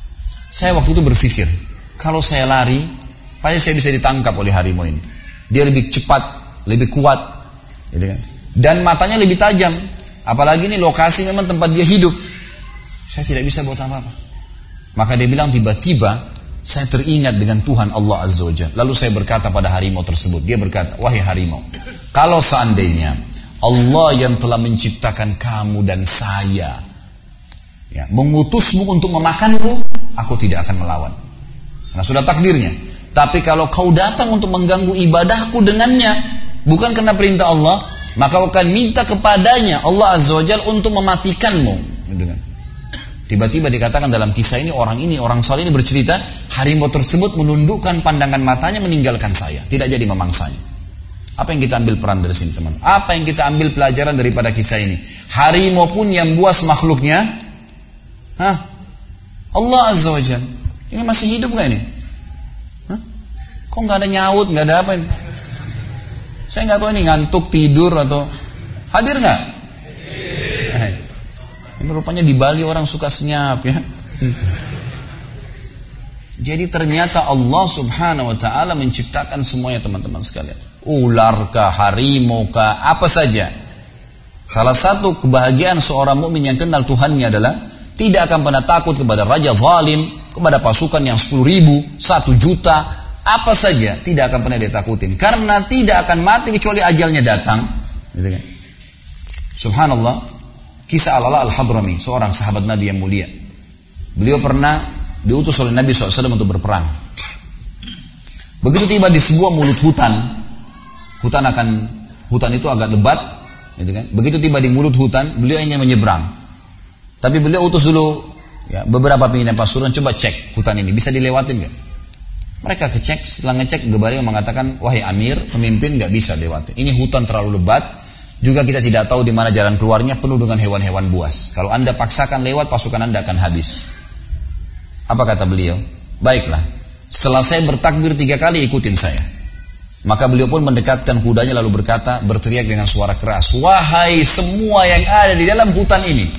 Speaker 1: Saya waktu itu berpikir, kalau saya lari, pasti saya bisa ditangkap oleh harimau ini. Dia lebih cepat, lebih kuat, gitu kan? Dan matanya lebih tajam. Apalagi ini lokasi memang tempat dia hidup. Saya tidak bisa buat apa-apa. Maka dia bilang, tiba-tiba saya teringat dengan Tuhan Allah Azza wa Jalla. Lalu saya berkata pada harimau tersebut, dia berkata, wahai harimau, kalau seandainya Allah yang telah menciptakan kamu dan saya, ya, mengutusmu untuk memakanku, aku tidak akan melawan. Nah, sudah takdirnya. Tapi kalau kau datang untuk mengganggu ibadahku dengannya, bukan karena perintah Allah, maka kau akan minta kepadanya Allah Azza wa Jalla untuk mematikanmu. Tiba-tiba dikatakan dalam kisah ini, orang saleh ini bercerita, harimau tersebut menundukkan pandangan matanya meninggalkan saya, tidak jadi memangsanya. Apa yang kita ambil peran dari sini teman? Apa yang kita ambil pelajaran daripada kisah ini? Harimau pun yang buas makhluknya, Allah Azza wa Jalla. Ini masih hidup gak ini? Kok gak ada nyaut, gak ada apa ini? Saya gak tahu ini ngantuk, tidur atau hadir gak? Ini rupanya di Bali orang suka senyap ya. Jadi ternyata Allah subhanahu wa ta'ala menciptakan semuanya teman-teman sekalian. Ular kah, harimau kah, apa saja. Salah satu kebahagiaan seorang mukmin yang kenal Tuhannya adalah tidak akan pernah takut kepada raja zalim, kepada pasukan yang 10.000, 1 juta, apa saja tidak akan pernah ditakutin. Karena tidak akan mati kecuali ajalnya datang. Gitu kan? Subhanallah. Kisah Al-Ala Al-Hadrami, seorang sahabat Nabi yang mulia. Beliau pernah diutus oleh Nabi SAW untuk berperang. Begitu tiba di sebuah mulut hutan, hutan itu agak lebat, gitu kan? Begitu tiba di mulut hutan, beliau ingin menyeberang. Tapi beliau utus dulu ya, beberapa pimpinan pasukan, coba cek hutan ini, bisa dilewatin nggak? Mereka kecek, setelah ngecek, beliau mengatakan, wahai Amir, pemimpin nggak bisa lewati. Ini hutan terlalu lebat. Juga kita tidak tahu di mana jalan keluarnya, penuh dengan hewan-hewan buas. Kalau Anda paksakan lewat, pasukan Anda akan habis. Apa kata beliau? Baiklah, setelah saya bertakbir 3 kali, ikutin saya. Maka beliau pun mendekatkan kudanya lalu berkata, berteriak dengan suara keras, wahai semua yang ada di dalam hutan ini,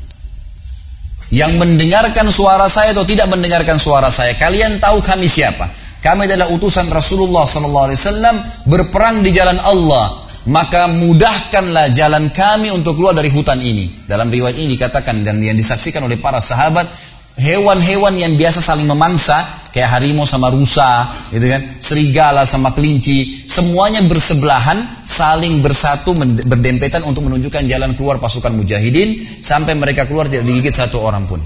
Speaker 1: yang mendengarkan suara saya atau tidak mendengarkan suara saya, kalian tahu kami siapa? Kami adalah utusan Rasulullah SAW berperang di jalan Allah. Maka mudahkanlah jalan kami untuk keluar dari hutan ini. Dalam riwayat ini dikatakan dan yang disaksikan oleh para sahabat, hewan-hewan yang biasa saling memangsa, kayak harimau sama rusa, gitu kan, serigala sama kelinci, semuanya bersebelahan, saling bersatu, berdempetan untuk menunjukkan jalan keluar pasukan mujahidin, sampai mereka keluar tidak digigit 1 orang pun.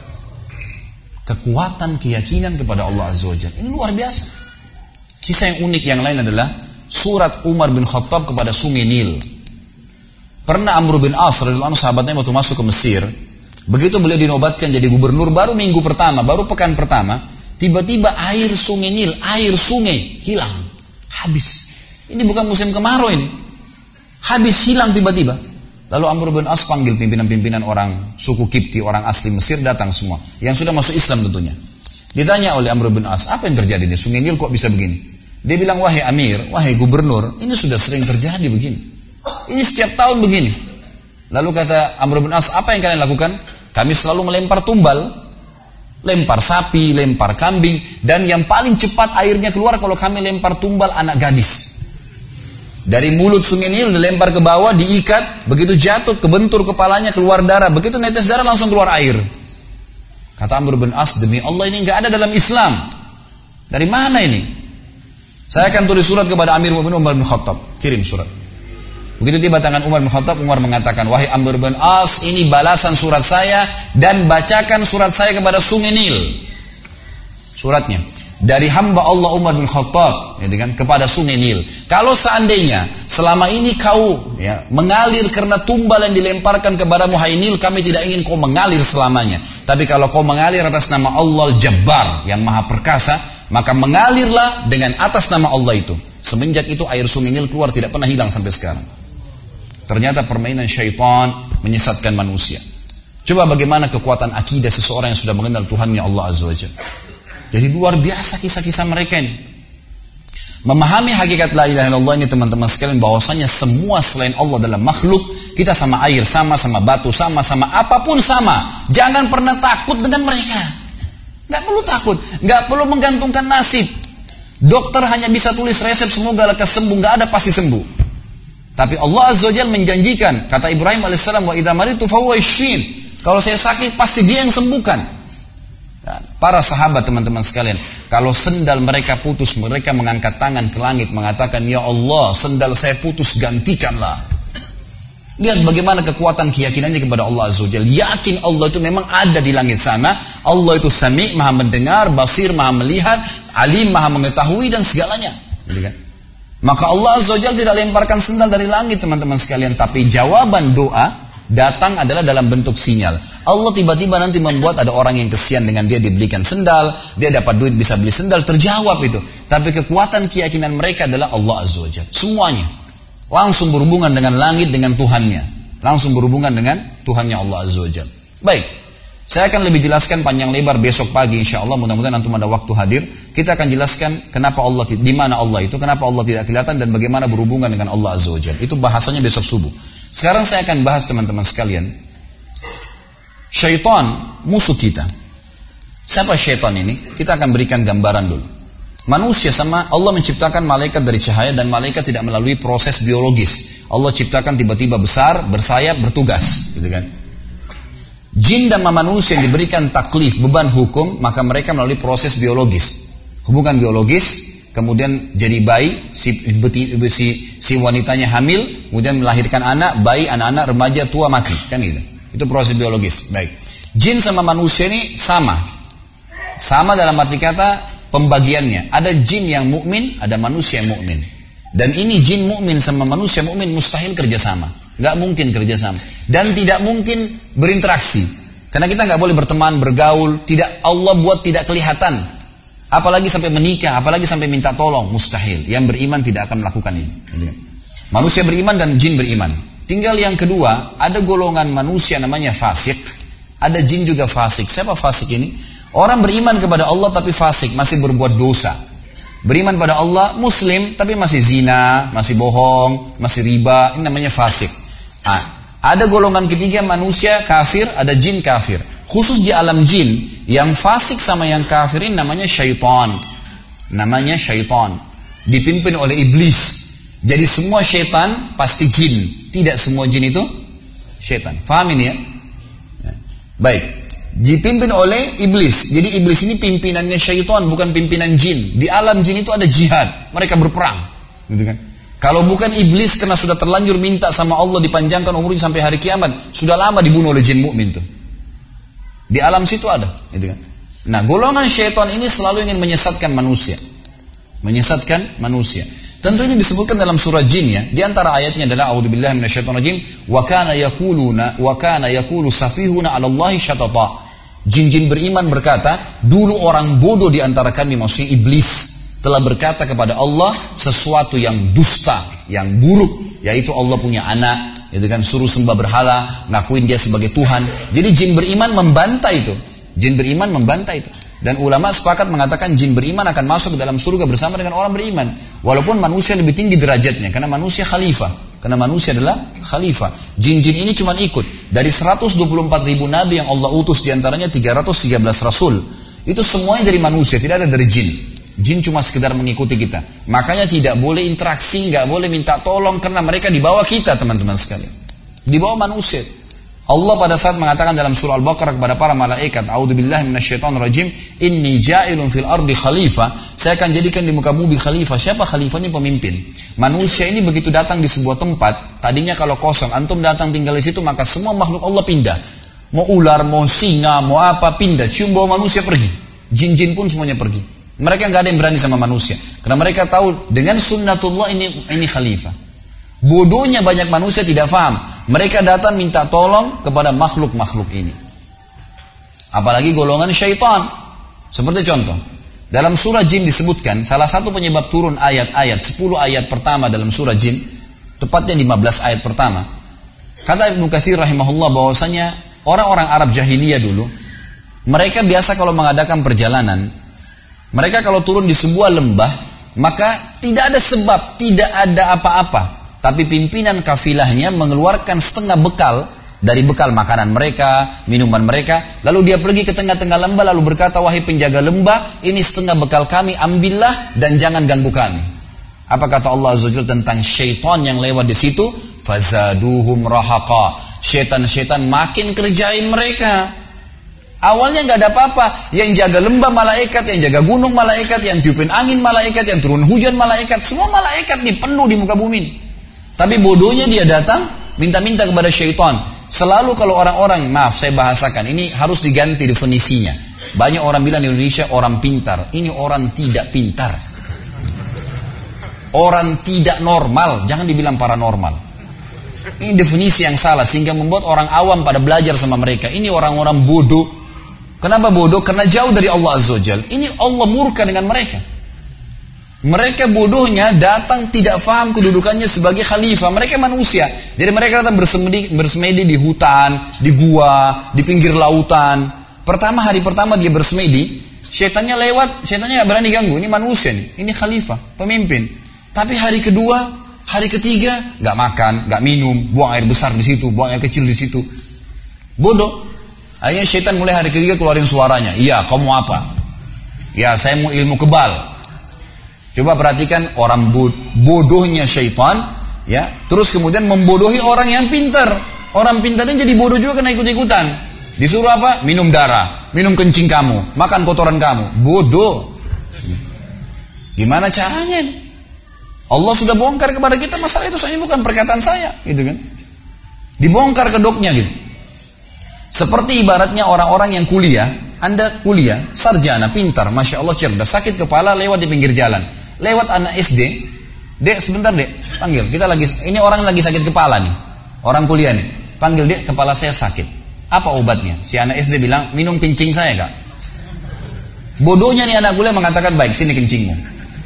Speaker 1: Kekuatan keyakinan kepada Allah Azza wa Jalla ini luar biasa. Kisah yang unik yang lain adalah surat Umar bin Khattab kepada sungai Nil. Pernah Amr bin As radhiyallahu anhu, sahabatnya waktu masuk ke Mesir, begitu beliau dinobatkan jadi gubernur, baru minggu pertama, baru pekan pertama, tiba-tiba air sungai Nil, air sungai hilang, habis. Ini bukan musim kemarau ini, habis, hilang tiba-tiba. Lalu Amr bin As panggil pimpinan-pimpinan orang suku Kipti, orang asli Mesir, datang semua, yang sudah masuk Islam tentunya. Ditanya oleh Amr bin As, apa yang terjadi nih, sungai Nil kok bisa begini? Dia bilang, wahai Amir, wahai gubernur, ini sudah sering terjadi begini. Ini setiap tahun begini. Lalu kata Amr bin As, apa yang kalian lakukan? Kami selalu melempar tumbal, lempar sapi, lempar kambing, dan yang paling cepat airnya keluar kalau kami lempar tumbal anak gadis. Dari mulut sungai Nil dilempar ke bawah, diikat, begitu jatuh, kebentur kepalanya, keluar darah, begitu netes darah langsung keluar air. Kata Amr bin As, demi Allah ini nggak ada dalam Islam. Dari mana ini? Saya akan tulis surat kepada Amir bin Umar bin Khattab. Kirim surat. Begitu tiba tangan Umar bin Khattab, Umar mengatakan, wahai Amr bin As, ini balasan surat saya, dan bacakan surat saya kepada sungai Nil. Suratnya dari hamba Allah Umar bin Khattab, ya, kepada sungai Nil. Kalau seandainya selama ini kau mengalir karena tumbal yang dilemparkan kepadamu, hai Nil, kami tidak ingin kau mengalir selamanya. Tapi kalau kau mengalir atas nama Allah Al-Jabbar yang Maha Perkasa, maka mengalirlah dengan atas nama Allah itu. Semenjak itu air sungai Nil keluar, tidak pernah hilang sampai sekarang. Ternyata permainan syaitan menyesatkan manusia. Coba bagaimana kekuatan akidah seseorang yang sudah mengenal Tuhannya Allah Azza wa Jalla. Jadi luar biasa kisah-kisah mereka ini. Memahami hakikat la ilaha illallah ini teman-teman sekalian, bahwasanya semua selain Allah dalam makhluk, kita sama air, sama batu, sama apapun sama. Jangan pernah takut dengan mereka. Gak perlu takut, gak perlu menggantungkan nasib. Dokter hanya bisa tulis resep semoga lekas sembuh, gak ada pasti sembuh. Tapi Allah Azza wa Jalla menjanjikan, kata Ibrahim alaihissalam, wa idza maritu fa huwa yashfin. Kalau saya sakit pasti Dia yang sembuhkan. Para sahabat teman-teman sekalian, kalau sendal mereka putus, mereka mengangkat tangan ke langit mengatakan, ya Allah, sendal saya putus, gantikanlah. Lihat bagaimana kekuatan keyakinannya kepada Allah Azza wa Jalla. Yakin Allah itu memang ada di langit sana. Allah itu Sami', Maha mendengar, Basir, Maha melihat, Alim, Maha mengetahui, dan segalanya. Maka Allah Azza wa Jalla tidak lemparkan sendal dari langit teman-teman sekalian, tapi jawaban doa datang adalah dalam bentuk sinyal. Allah tiba-tiba nanti membuat ada orang yang kesian dengan dia dibelikan sendal, dia dapat duit bisa beli sendal, terjawab itu. Tapi kekuatan keyakinan mereka adalah Allah Azza wa Jalla. Semuanya langsung berhubungan dengan langit, dengan Tuhannya. Langsung berhubungan dengan Tuhannya Allah Azza wa Jalla. Baik, saya akan lebih jelaskan panjang lebar besok pagi insya Allah. Mudah-mudahan antum ada waktu hadir. Kita akan jelaskan kenapa Allah, di mana Allah itu, kenapa Allah tidak kelihatan, dan bagaimana berhubungan dengan Allah Azza wa Jalla. Itu bahasanya besok subuh. Sekarang saya akan bahas teman-teman sekalian. Syaitan musuh kita. Siapa syaitan ini? Kita akan berikan gambaran dulu. Manusia sama Allah menciptakan malaikat dari cahaya, dan malaikat tidak melalui proses biologis. Allah ciptakan tiba-tiba besar, bersayap, bertugas, gitu kan? Jin dan manusia yang diberikan taklif, beban hukum, maka mereka melalui proses biologis. Hubungan biologis, kemudian jadi bayi, si wanitanya hamil, kemudian melahirkan anak, bayi, anak-anak, remaja, tua, mati, kan gitu. Itu proses biologis. Baik. Jin sama manusia ini sama. Sama dalam arti kata pembagiannya. Ada jin yang mukmin, ada manusia yang mukmin. Dan ini jin mukmin sama manusia mukmin mustahil kerjasama. Nggak mungkin kerjasama. Dan tidak mungkin berinteraksi. Karena kita nggak boleh berteman, bergaul. Tidak, Allah buat tidak kelihatan. Apalagi sampai menikah, apalagi sampai minta tolong. Mustahil. Yang beriman tidak akan melakukan ini. Manusia beriman dan jin beriman. Tinggal yang kedua, ada golongan manusia namanya fasik, ada jin juga fasik. Siapa fasik ini? Orang beriman kepada Allah tapi fasik, masih berbuat dosa. Beriman pada Allah, muslim tapi masih zina, masih bohong, masih riba, ini namanya fasik. Ada golongan ketiga manusia kafir, ada jin kafir. Khusus di alam jin, yang fasik sama yang kafir ini namanya syaitan. Namanya syaitan. Dipimpin oleh iblis. Jadi semua syaitan pasti jin. Tidak semua jin itu syaitan. Faham ini ya? Baik. Dipimpin oleh iblis. Jadi iblis ini pimpinannya syaitan, bukan pimpinan jin. Di alam jin itu ada jihad. Mereka berperang. Gitu kan? Kalau bukan iblis karena sudah terlanjur minta sama Allah dipanjangkan umurnya sampai hari kiamat, sudah lama dibunuh oleh jin mukmin tuh. Di alam situ ada. Gitu kan? Nah, golongan syaitan ini selalu ingin menyesatkan manusia. Menyesatkan manusia. Tentu ini disebutkan dalam surah Jin ya. Di antara ayatnya adalah a'udzubillahi minasyaitonirrajim wa kana yaqulu safihuna 'ala Allahi syatata. Jin-jin beriman berkata, dulu orang bodoh di antara kami, maksudnya iblis, telah berkata kepada Allah sesuatu yang dusta, yang buruk, yaitu Allah punya anak, itu kan, suruh sembah berhala, ngakuin dia sebagai Tuhan. Jadi jin beriman membantah itu. Jin beriman membantah itu. Dan ulama sepakat mengatakan jin beriman akan masuk ke dalam surga bersama dengan orang beriman. Walaupun manusia lebih tinggi derajatnya. Karena manusia khalifah. Karena manusia adalah khalifah. Jin-jin ini cuma ikut. Dari 124.000 nabi yang Allah utus, diantaranya 313 rasul. Itu semuanya dari manusia, tidak ada dari jin. Jin cuma sekedar mengikuti kita. Makanya tidak boleh interaksi, nggak boleh minta tolong. Karena mereka di bawah kita teman-teman sekalian. Di bawah manusia. Allah pada saat mengatakan dalam surah Al-Baqarah kepada para malaikat, a'udzubillahi minasyaitonirrajim, inni ja'ilun fil ardi khalifah, saya akan jadikan di muka bumi khalifah. Siapa khalifah? Ini pemimpin. Manusia ini begitu datang di sebuah tempat, tadinya kalau kosong, antum datang tinggal di situ, maka semua makhluk Allah pindah. Mau ular, mau singa, mau apa, pindah. Cium bau manusia pergi. Jin-jin pun semuanya pergi. Mereka nggak ada yang berani sama manusia, karena mereka tahu dengan sunnatullah ini khalifah. Bodohnya banyak manusia tidak faham. Mereka datang minta tolong kepada makhluk-makhluk ini. Apalagi golongan syaitan. Seperti contoh, dalam surah Jin disebutkan, salah satu penyebab turun ayat-ayat, 10 ayat pertama dalam surah Jin, tepatnya 15 ayat pertama. Kata Ibnu Katsir rahimahullah bahwasanya orang-orang Arab jahiliyah dulu, mereka biasa kalau mengadakan perjalanan, mereka kalau turun di sebuah lembah, maka tidak ada sebab, tidak ada apa-apa. Tapi pimpinan kafilahnya mengeluarkan setengah bekal dari bekal makanan mereka, minuman mereka. Lalu dia pergi ke tengah-tengah lembah lalu berkata, wahai penjaga lembah, ini setengah bekal kami, ambillah dan jangan ganggu kami. Apa kata Allah Azza wa Jalla tentang syaitan yang lewat di situ? Fazaduhum rahaqa. Syaitan-syaitan makin kerjain mereka. Awalnya nggak ada apa-apa. Yang jaga lembah malaikat, yang jaga gunung malaikat, yang tiupin angin malaikat, yang turun hujan malaikat. Semua malaikat nih penuh di muka bumi. Tapi bodohnya dia datang minta-minta kepada syaitan. Selalu kalau orang-orang, maaf saya bahasakan, ini harus diganti definisinya. Banyak orang bilang di Indonesia orang pintar. Ini orang tidak pintar. Orang tidak normal. Jangan dibilang paranormal. Ini definisi yang salah sehingga membuat orang awam pada belajar sama mereka. Ini orang-orang bodoh. Kenapa bodoh? Karena jauh dari Allah Azza wa Jalla. Ini Allah murka dengan mereka. Mereka bodohnya datang tidak faham kedudukannya sebagai khalifah. Mereka manusia. Jadi mereka datang bersemedi di hutan, di gua, di pinggir lautan. Hari pertama dia bersemedi, syaitannya lewat, syaitannya gak berani ganggu. Ini manusia nih, ini khalifah, pemimpin. Tapi hari kedua, hari ketiga, gak makan, gak minum, buang air besar di situ, buang air kecil di situ. Bodoh. Akhirnya syaitan mulai hari ketiga keluarin suaranya. Iya, kamu apa? Ya, saya mau ilmu kebal. Coba perhatikan orang bodohnya syaitan, ya. Terus kemudian membodohi orang yang pintar. Orang pintarnya jadi bodoh juga kena ikut-ikutan. Disuruh apa? Minum darah, minum kencing kamu, makan kotoran kamu. Bodoh. Gimana caranya ini? Allah sudah bongkar kepada kita masalah itu, soalnya bukan perkataan saya, gitu kan? Dibongkar kedoknya gitu. Seperti ibaratnya orang-orang yang kuliah, Anda kuliah, sarjana, pintar, masya Allah cerdas, sakit kepala lewat di pinggir jalan, lewat anak SD, dek sebentar dek, panggil, ini orang lagi sakit kepala nih, orang kuliah nih, panggil dek, kepala saya sakit. Apa obatnya? Si anak SD bilang, minum kencing saya kak. Bodohnya nih anak kuliah mengatakan, baik sini kencingmu.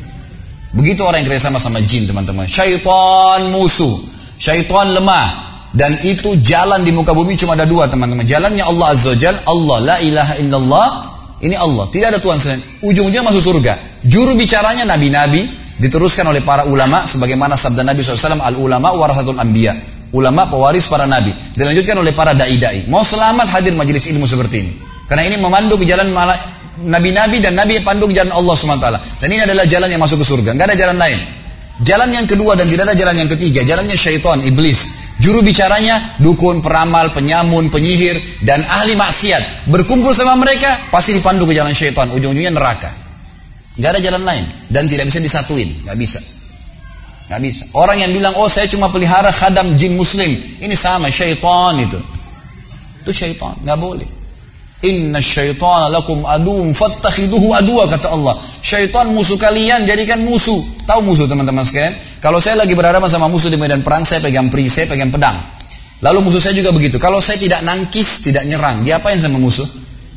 Speaker 1: Begitu orang yang kerjasama sama jin teman-teman. Syaitan musuh, syaitan lemah. Dan itu jalan di muka bumi cuma ada dua teman-teman. Jalannya Allah Azza wa Jalla, Allah, la ilaha illallah. Ini Allah, tidak ada Tuhan selain. Ujung-ujungnya masuk surga. Juru bicaranya nabi-nabi, diteruskan oleh para ulama. Sebagaimana sabda Nabi SAW, al-ulama warasatul anbiya. Ulama pewaris para nabi. Dilanjutkan oleh para da'i-da'i. Mau selamat hadir majelis ilmu seperti ini. Karena ini memandu ke jalan nabi-nabi dan nabi pandu ke jalan Allah SWT. Dan ini adalah jalan yang masuk ke surga. Nggak ada jalan lain. Jalan yang kedua dan tidak ada jalan yang ketiga. Jalannya syaitan, iblis. Juru bicaranya dukun, peramal, penyamun, penyihir dan ahli maksiat. Berkumpul sama mereka pasti dipandu ke jalan syaitan. Ujung-ujungnya neraka. Nggak ada jalan lain. Dan tidak bisa disatuin. Nggak bisa. Nggak bisa. Orang yang bilang, oh saya cuma pelihara khadam jin muslim, ini sama syaitan itu syaitan, nggak boleh. Inna syaitan lakum aduun fattakhiduhu aduwa, kata Allah. Syaitan musuh kalian, jadikan musuh. Tahu musuh teman-teman sekalian? Kalau saya lagi berhadapan sama musuh di medan perang, saya pegang perisai, saya pegang pedang. Lalu musuh saya juga begitu. Kalau saya tidak nangkis, tidak nyerang, dia apain sama musuh?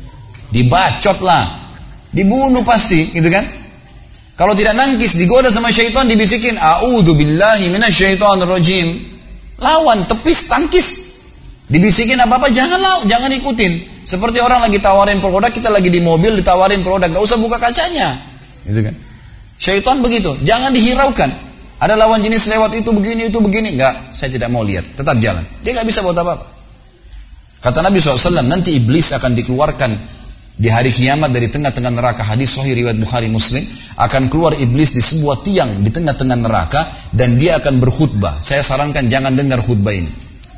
Speaker 1: Dibacot lah, dibunuh pasti, gitu kan? Kalau tidak nangkis, digoda sama syaitan, dibisikin, a'udzu billahi minasyaitonir rajim. Lawan, tepis, tangkis. Dibisikin apa-apa, jangan ikutin. Seperti orang lagi tawarin produk, kita lagi di mobil ditawarin produk, gak usah buka kacanya. Gitu kan? Syaitan begitu, jangan dihiraukan. Ada lawan jenis lewat itu begini, enggak, saya tidak mau lihat, tetap jalan. Dia gak bisa buat apa-apa. Kata Nabi SAW, nanti iblis akan dikeluarkan di hari kiamat dari tengah-tengah neraka. Hadis sahih riwayat Bukhari Muslim. Akan keluar iblis di sebuah tiang di tengah-tengah neraka dan dia akan berkhutbah. Saya sarankan jangan dengar khutbah ini.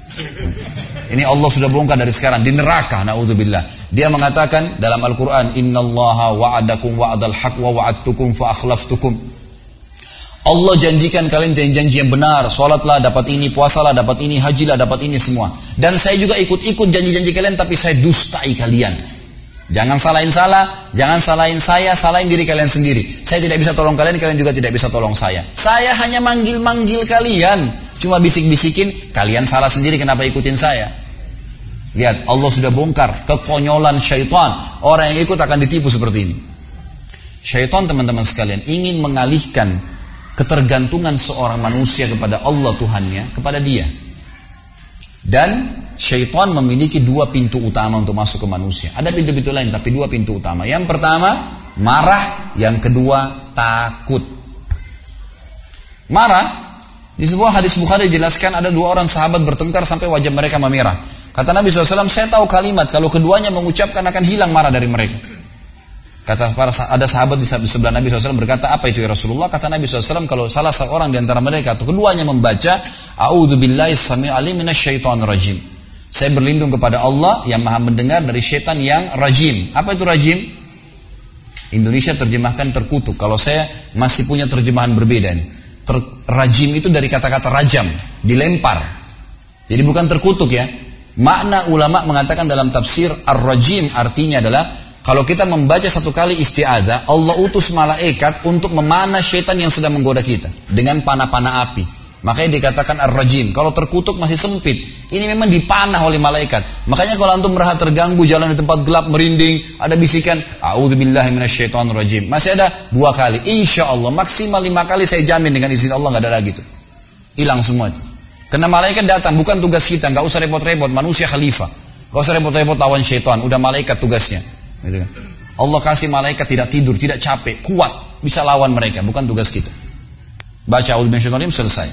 Speaker 1: Ini Allah sudah bongkar dari sekarang di neraka, naudzubillah. Dia mengatakan dalam Al-Qur'an, innallaha wa'adakum wa'adal haq wa wa'adtukum fa akhlaftukum. Allah janjikan kalian janji yang benar, salatlah dapat ini, puasalah dapat ini, hajilah dapat ini semua. Dan saya juga ikut-ikut janji-janji kalian, tapi saya dustai kalian. Jangan salahin saya, salahin diri kalian sendiri. Saya tidak bisa tolong kalian, kalian juga tidak bisa tolong saya. Saya hanya manggil-manggil kalian, cuma bisik-bisikin, kalian salah sendiri kenapa ikutin saya. Lihat, Allah sudah bongkar kekonyolan syaitan. Orang yang ikut akan ditipu seperti ini. Syaitan teman-teman sekalian ingin mengalihkan ketergantungan seorang manusia kepada Allah Tuhannya, kepada dia. Dan syaitan memiliki dua pintu utama untuk masuk ke manusia. Ada pintu-pintu lain, tapi dua pintu utama. Yang pertama, marah. Yang kedua, takut. Marah, di sebuah hadis Bukhari dijelaskan ada dua orang sahabat bertengkar sampai wajah mereka memerah. Kata Nabi SAW, saya tahu kalimat, kalau keduanya mengucapkan akan hilang marah dari mereka. Ada sahabat di sebelah Nabi SAW berkata, apa itu ya Rasulullah? Kata Nabi SAW, kalau salah seorang di antara mereka atau keduanya membaca, a'udzu billahi samii'il alim minasyaitonir rajim. Saya berlindung kepada Allah yang maha mendengar dari syaitan yang rajim. Apa itu rajim? Indonesia terjemahkan terkutuk. Kalau saya masih punya terjemahan berbeda nih. Rajim itu dari kata-kata rajam, dilempar. Jadi bukan terkutuk ya. Makna ulama mengatakan dalam tafsir ar-rajim artinya adalah kalau kita membaca satu kali isti'adzah, Allah utus malaikat untuk memanah syaitan yang sedang menggoda kita dengan panah-panah api. Makanya dikatakan ar-rajim. Kalau terkutuk masih sempit. Ini memang dipanah oleh malaikat. Makanya kalau antum merasa terganggu, jalan di tempat gelap, merinding, ada bisikan, a'udzubillahi minasyaitonirrajim. Masih ada 2 kali. Insya Allah maksimal 5 kali, saya jamin dengan izin Allah nggak ada lagi tuh. Hilang semua. Karena malaikat datang, bukan tugas kita. Nggak usah repot-repot. Manusia khalifah. Nggak usah repot-repot lawan syaitan. Udah malaikat tugasnya. Gitu kan. Allah kasih malaikat tidak tidur, tidak capek, kuat, bisa lawan mereka. Bukan tugas kita. Baca a'udzubillahi minasyaitonirrajim, selesai.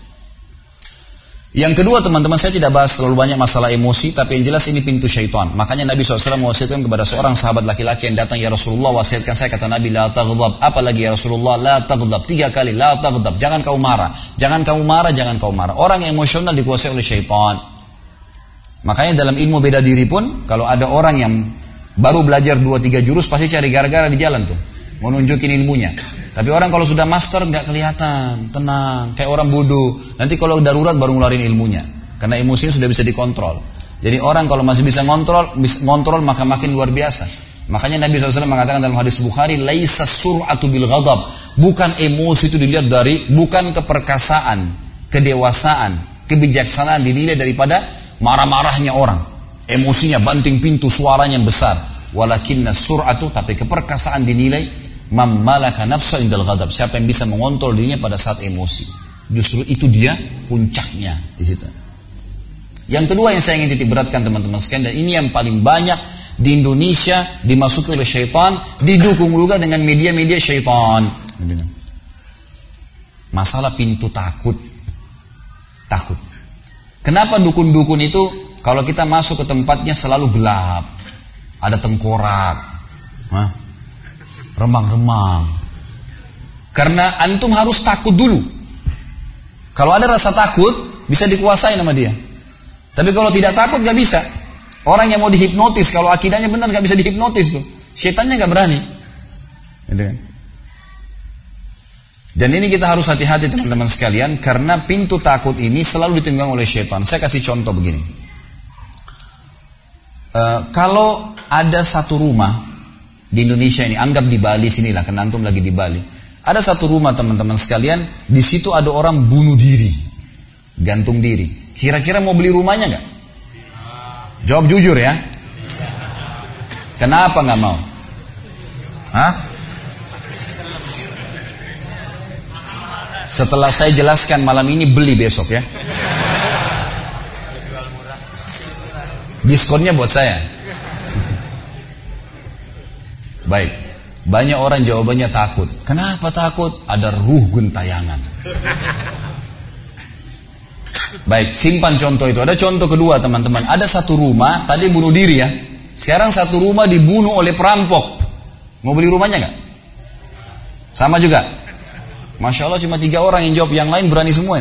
Speaker 1: Yang kedua teman-teman, saya tidak bahas terlalu banyak masalah emosi, tapi yang jelas ini pintu syaitan. Makanya Nabi SAW mewasiatkan kepada seorang sahabat laki-laki yang datang, ya Rasulullah, wasiatkan saya, kata Nabi, la taghdab. Apalagi ya Rasulullah, la taghdab. 3 kali, la taghdab. Jangan kau marah. Jangan kau marah, jangan kau marah. Orang yang emosional dikuasai oleh syaitan. Makanya dalam ilmu beda diri pun, kalau ada orang yang baru belajar 2-3 jurus, pasti cari gara-gara di jalan tuh. Mau nunjukin ilmunya. Tapi orang kalau sudah master nggak kelihatan, tenang, kayak orang bodoh. Nanti kalau darurat baru ngeluarin ilmunya, karena emosinya sudah bisa dikontrol. Jadi orang kalau masih bisa ngontrol maka makin luar biasa. Makanya Nabi SAW mengatakan dalam hadis Bukhari, laisa sur'atu bil ghadab. Bukan emosi itu dilihat dari, bukan keperkasaan, kedewasaan, kebijaksanaan dinilai daripada marah-marahnya orang. Emosinya banting pintu, suaranya yang besar. Walakinna sur'atu, tapi keperkasaan dinilai mammalaka nafsa indal ghadab, siapa yang bisa mengontrol dirinya pada saat emosi. Justru itu dia puncaknya di situ. Yang kedua yang saya ingin titik beratkan teman-teman sekalian, dan ini yang paling banyak di Indonesia dimasuki oleh syaitan, didukung juga dengan media-media syaitan. Masalah pintu takut. Takut. Kenapa dukun-dukun itu kalau kita masuk ke tempatnya selalu gelap, ada tengkorak, remang-remang. Karena antum harus takut dulu. Kalau ada rasa takut, bisa dikuasai sama dia. Tapi kalau tidak takut, gak bisa. Orang yang mau dihipnotis, kalau akidahnya benar, gak bisa dihipnotis tuh. Syaitannya gak berani. Dan ini kita harus hati-hati teman-teman sekalian, karena pintu takut ini selalu ditunggang oleh syaitan. Saya kasih contoh begini. Kalau ada satu rumah di Indonesia ini, anggap di Bali sinilah, karena antum lagi di Bali. Ada satu rumah teman-teman sekalian, di situ ada orang bunuh diri, gantung diri. Kira-kira mau beli rumahnya nggak? Jawab jujur ya. Kenapa nggak mau? Setelah saya jelaskan malam ini, beli besok ya. Diskonnya buat saya. Baik, banyak orang jawabannya takut. Kenapa takut? Ada ruh gentayangan. Baik, simpan contoh itu. Ada contoh kedua teman-teman. Ada satu rumah, tadi bunuh diri ya. Sekarang satu rumah dibunuh oleh perampok. Mau beli rumahnya nggak? Sama juga. Masya Allah cuma 3 orang yang jawab, yang lain berani semua.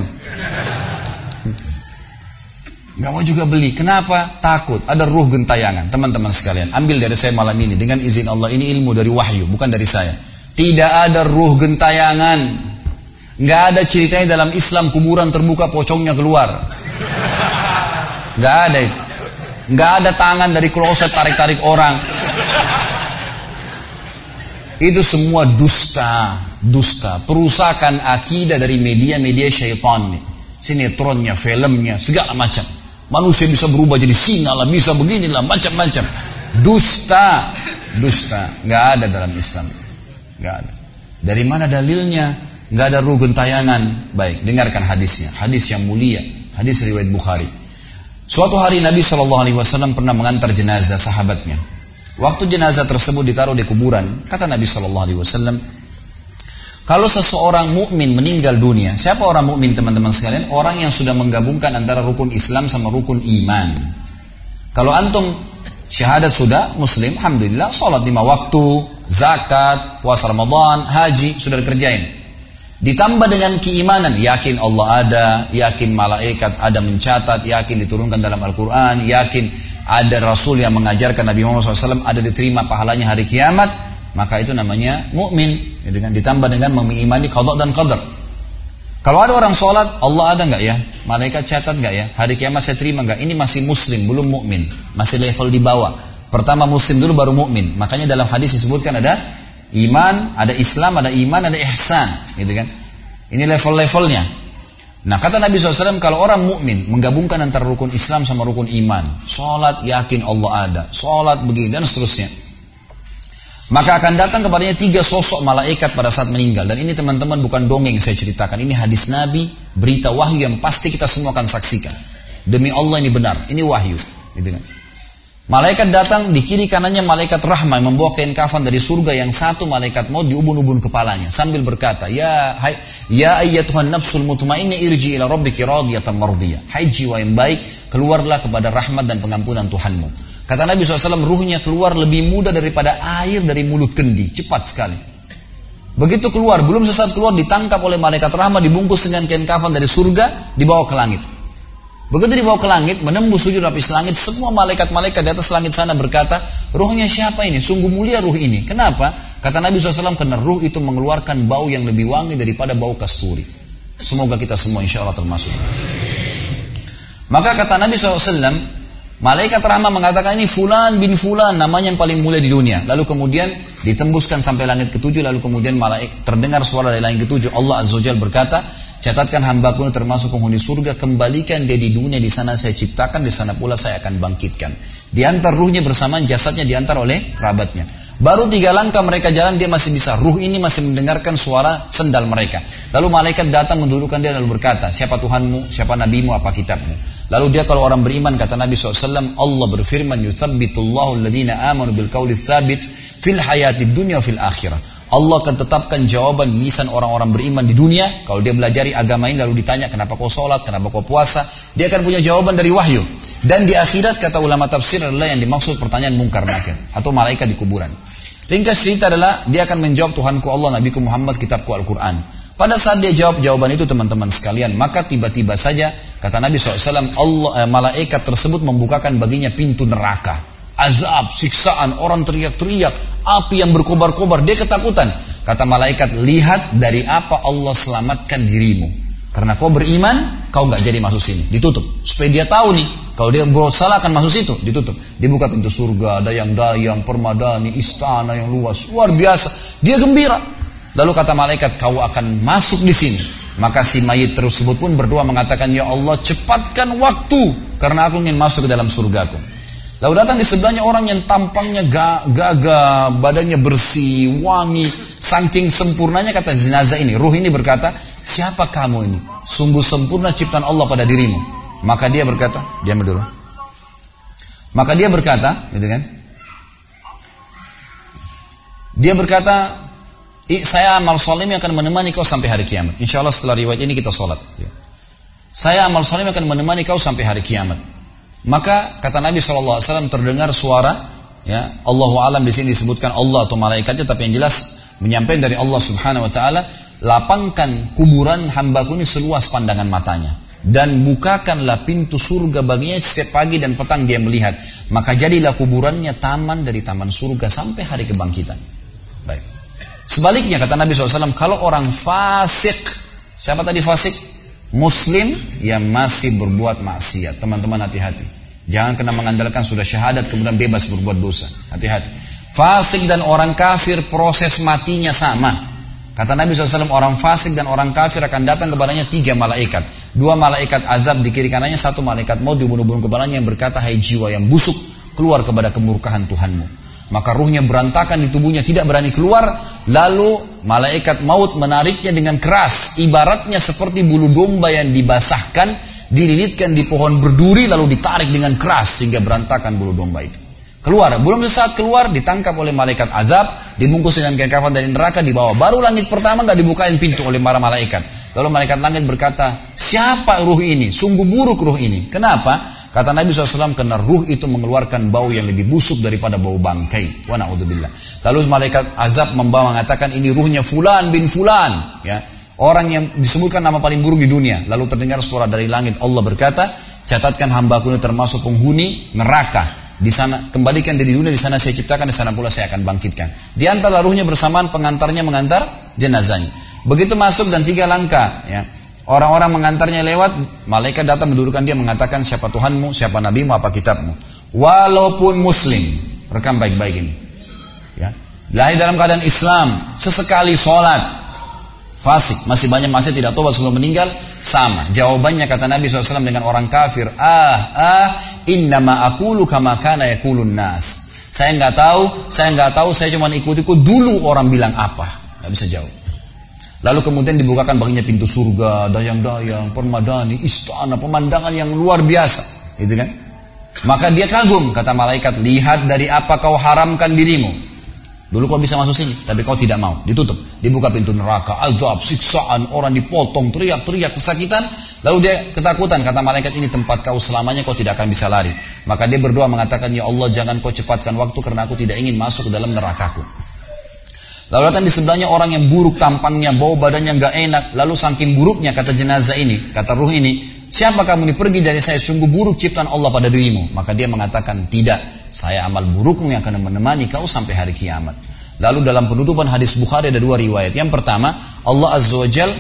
Speaker 1: Gak mau juga beli. Kenapa? Takut. Ada ruh gentayangan. Teman-teman sekalian, ambil dari saya malam ini dengan izin Allah. Ini ilmu dari wahyu, bukan dari saya. Tidak ada ruh gentayangan. Gak ada ceritanya dalam Islam kuburan terbuka, pocongnya keluar. Gak ada itu. Gak ada tangan dari kloset tarik-tarik orang. Itu semua dusta. Dusta. Perusakan akidah dari media-media syaitan. Sinetronnya, filmnya, segala macam. Manusia bisa berubah jadi singa lah, bisa beginilah, macam-macam. Dusta. Dusta. Gak ada dalam Islam. Gak ada. Dari mana dalilnya? Gak ada ruh gentayangan. Baik, dengarkan hadisnya. Hadis yang mulia. Hadis riwayat Bukhari. Suatu hari Nabi SAW pernah mengantar jenazah sahabatnya. Waktu jenazah tersebut ditaruh di kuburan, kata Nabi SAW, kalau seseorang mukmin meninggal dunia, siapa orang mukmin teman-teman sekalian? Orang yang sudah menggabungkan antara rukun Islam sama rukun iman. Kalau antum syahadat sudah, muslim, alhamdulillah, sholat 5 waktu, zakat, puasa Ramadan, haji, sudah dikerjain. Ditambah dengan keimanan, yakin Allah ada, yakin malaikat ada mencatat, yakin diturunkan dalam Al-Quran, yakin ada Rasul yang mengajarkan Nabi Muhammad SAW, ada diterima pahalanya hari kiamat, maka itu namanya mukmin. Ditambah dengan mengimani qada dan qadar. Kalau ada orang sholat, Allah ada nggak ya? Malaikat catat nggak ya? Hari kiamat saya terima nggak? Ini masih muslim, belum mukmin, masih level di bawah. Pertama muslim dulu, baru mukmin. Makanya dalam hadis disebutkan ada iman, ada Islam, ada iman, ada ihsan, gitu kan? Ini level-levelnya. Nah kata Nabi SAW, kalau orang mukmin menggabungkan antara rukun Islam sama rukun iman, sholat yakin Allah ada, sholat begini dan seterusnya, maka akan datang kepadanya 3 sosok malaikat pada saat meninggal. Dan ini teman-teman bukan dongeng saya ceritakan, ini hadis Nabi, berita wahyu yang pasti kita semua akan saksikan. Demi Allah ini benar, ini wahyu, gitu kan. Malaikat datang, di kiri kanannya malaikat rahmah yang membawa kain kafan dari surga, yang satu malaikat maut diubun-ubun kepalanya sambil berkata, ya ayyatuhan nafsul mutmainnah irji ila rabbiki radiyatan mardiyah. Hai jiwa yang baik, keluarlah kepada rahmat dan pengampunan Tuhanmu. Kata Nabi SAW, ruhnya keluar lebih mudah daripada air dari mulut kendi, cepat sekali. Begitu keluar, belum sesaat keluar ditangkap oleh malaikat rahmah, dibungkus dengan kain kafan dari surga, dibawa ke langit. Begitu dibawa ke langit, menembus 7 lapis langit, semua malaikat-malaikat di atas langit sana berkata, ruhnya siapa ini? Sungguh mulia ruh ini. Kenapa? Kata Nabi SAW, karena ruh itu mengeluarkan bau yang lebih wangi daripada bau kasturi. Semoga kita semua insya Allah termasuk. Maka kata Nabi SAW, malaikat rahmah mengatakan ini fulan bin fulan, namanya yang paling mulia di dunia. Lalu kemudian ditembuskan sampai langit ke-7, lalu kemudian terdengar suara dari langit ke-7. Allah Azza wa Jalla berkata, catatkan hambaku termasuk penghuni surga, kembalikan dia di dunia, di sana saya ciptakan, di sana pula saya akan bangkitkan. Diantar ruhnya bersamaan, jasadnya diantar oleh kerabatnya. Baru 3 langkah mereka jalan, dia masih bisa, ruh ini masih mendengarkan suara sendal mereka. Lalu malaikat datang mendudukkan dia lalu berkata, siapa Tuhanmu, siapa nabimu, apa kitabmu? Lalu dia kalau orang beriman, kata Nabi SAW, Allah berfirman, yuthabbitullahu alladhina amanu bil qawli tsabit fil hayatid dunya fil akhirah. Allah akan tetapkan jawaban di lisan orang-orang beriman di dunia. Kalau dia belajari agama ini lalu ditanya kenapa kau sholat, kenapa kau puasa, dia akan punya jawaban dari wahyu. Dan di akhirat kata ulama tafsir adalah yang dimaksud pertanyaan mungkar nakir atau malaikat di kuburan. Ringkas cerita adalah dia akan menjawab, Tuhanku Allah, Nabiku Muhammad, kitabku Al-Quran. Pada saat dia jawab jawaban itu teman-teman sekalian, maka tiba-tiba saja kata Nabi SAW, malaikat tersebut membukakan baginya pintu neraka. Azab, siksaan, orang teriak-teriak, api yang berkobar-kobar, dia ketakutan. Kata malaikat, lihat dari apa Allah selamatkan dirimu. Karena kau beriman, kau gak jadi masuk sini, ditutup. Supaya dia tahu nih, kalau dia salah akan masuk situ, ditutup. Dibuka pintu surga, dayang-dayang, permadani, istana yang luas, luar biasa. Dia gembira. Lalu kata malaikat, kau akan masuk di sini. Maka si mayit tersebut pun berdoa mengatakan, ya Allah cepatkan waktu, karena aku ingin masuk ke dalam surgaku. Lalu datang di sebelahnya orang yang tampangnya gagah, badannya bersih, wangi, saking sempurnanya kata jenazah ini, ruh ini berkata, siapa kamu ini? Sungguh sempurna ciptaan Allah pada dirimu. Maka dia berkata, diam dulu. Maka dia berkata, gitu kan? Dia berkata, saya amal soleh yang akan menemani kau sampai hari kiamat. Insya Allah setelah riwayat ini kita sholat. Saya amal soleh yang akan menemani kau sampai hari kiamat. Maka kata Nabi SAW terdengar suara, ya Allahu alam di sini disebutkan Allah atau malaikatnya, tapi yang jelas menyampaikan dari Allah Subhanahu Wa Taala, lapangkan kuburan hambaku ini seluas pandangan matanya dan bukakanlah pintu surga baginya setiap pagi dan petang dia melihat, maka jadilah kuburannya taman dari taman surga sampai hari kebangkitan. Baik. Sebaliknya kata Nabi SAW, kalau orang fasik, siapa tadi fasik? Muslim yang masih berbuat maksiat. Teman-teman hati-hati. Jangan kena mengandalkan sudah syahadat kemudian bebas berbuat dosa. Hati-hati. Fasik dan orang kafir proses matinya sama. Kata Nabi SAW, orang fasik dan orang kafir akan datang kepadanya 3 malaikat. 2 malaikat azab di kiri kanannya, 1 malaikat maut dibunuh-bunuh kepalanya yang berkata, hai jiwa yang busuk, keluar kepada kemurkaan Tuhanmu. Maka ruhnya berantakan di tubuhnya, tidak berani keluar. Lalu malaikat maut menariknya dengan keras, ibaratnya seperti bulu domba yang dibasahkan, dililitkan di pohon berduri, lalu ditarik dengan keras sehingga berantakan bulu domba itu. Keluar, belum sesaat keluar ditangkap oleh malaikat azab, dibungkus dengan kain kafan dari neraka, dibawa. Baru langit pertama gak dibukain pintu oleh para malaikat. Lalu malaikat langit berkata, siapa ruh ini? Sungguh buruk ruh ini. Kenapa? Kata Nabi SAW, karena ruh itu mengeluarkan bau yang lebih busuk daripada bau bangkai. Wa na'udzubillah. Lalu malaikat azab membawa mengatakan, ini ruhnya fulan bin fulan, ya, orang yang disebutkan nama paling buruk di dunia. Lalu terdengar suara dari langit, Allah berkata, catatkan hambaku ini termasuk penghuni neraka. Di sana kembalikan dia di dunia, di sana saya ciptakan, di sana pula saya akan bangkitkan. Diantar ruhnya bersamaan, pengantarnya mengantar jenazahnya. Begitu masuk dan 3 langkah, ya, orang-orang mengantarnya lewat, malaikat datang mendudukkan dia mengatakan, siapa Tuhanmu, siapa nabimu, apa kitabmu. Walaupun muslim, rekam baik-baik ini, ya, lahir dalam keadaan Islam, sesekali sholat, fasik, masih banyak masih tidak tobat sebelum meninggal, Sama. Jawabannya kata Nabi SAW dengan orang kafir, innama aqulu kama kana yaqulun nas. Saya nggak tahu, saya cuma ikut-ikut dulu orang bilang apa. Nggak bisa jawab. Lalu kemudian dibukakan baginya pintu surga, dayang-dayang, permadani, istana, pemandangan yang luar biasa, gitu kan? Maka dia kagum, kata malaikat, lihat dari apa kau haramkan dirimu. Dulu kau bisa masuk sini, tapi kau tidak mau. Ditutup, dibuka pintu neraka, azab, siksaan, orang dipotong, teriak-teriak, kesakitan. Lalu dia ketakutan, kata malaikat, ini tempat kau selamanya, kau tidak akan bisa lari. Maka dia berdoa mengatakan, ya Allah, jangan kau cepatkan waktu karena aku tidak ingin masuk ke dalam nerakaku. Lalu datang di sebelahnya orang yang buruk tampangnya, bau badannya gak enak. Lalu saking buruknya, kata jenazah ini, kata ruh ini, siapa kamu ini? Pergi dari saya, sungguh buruk ciptaan Allah pada dirimu. Maka dia mengatakan, tidak, saya amal burukmu yang akan menemani kau sampai hari kiamat. Lalu dalam penutupan hadis Bukhari ada dua riwayat. Yang pertama, Allah Azza wa Jal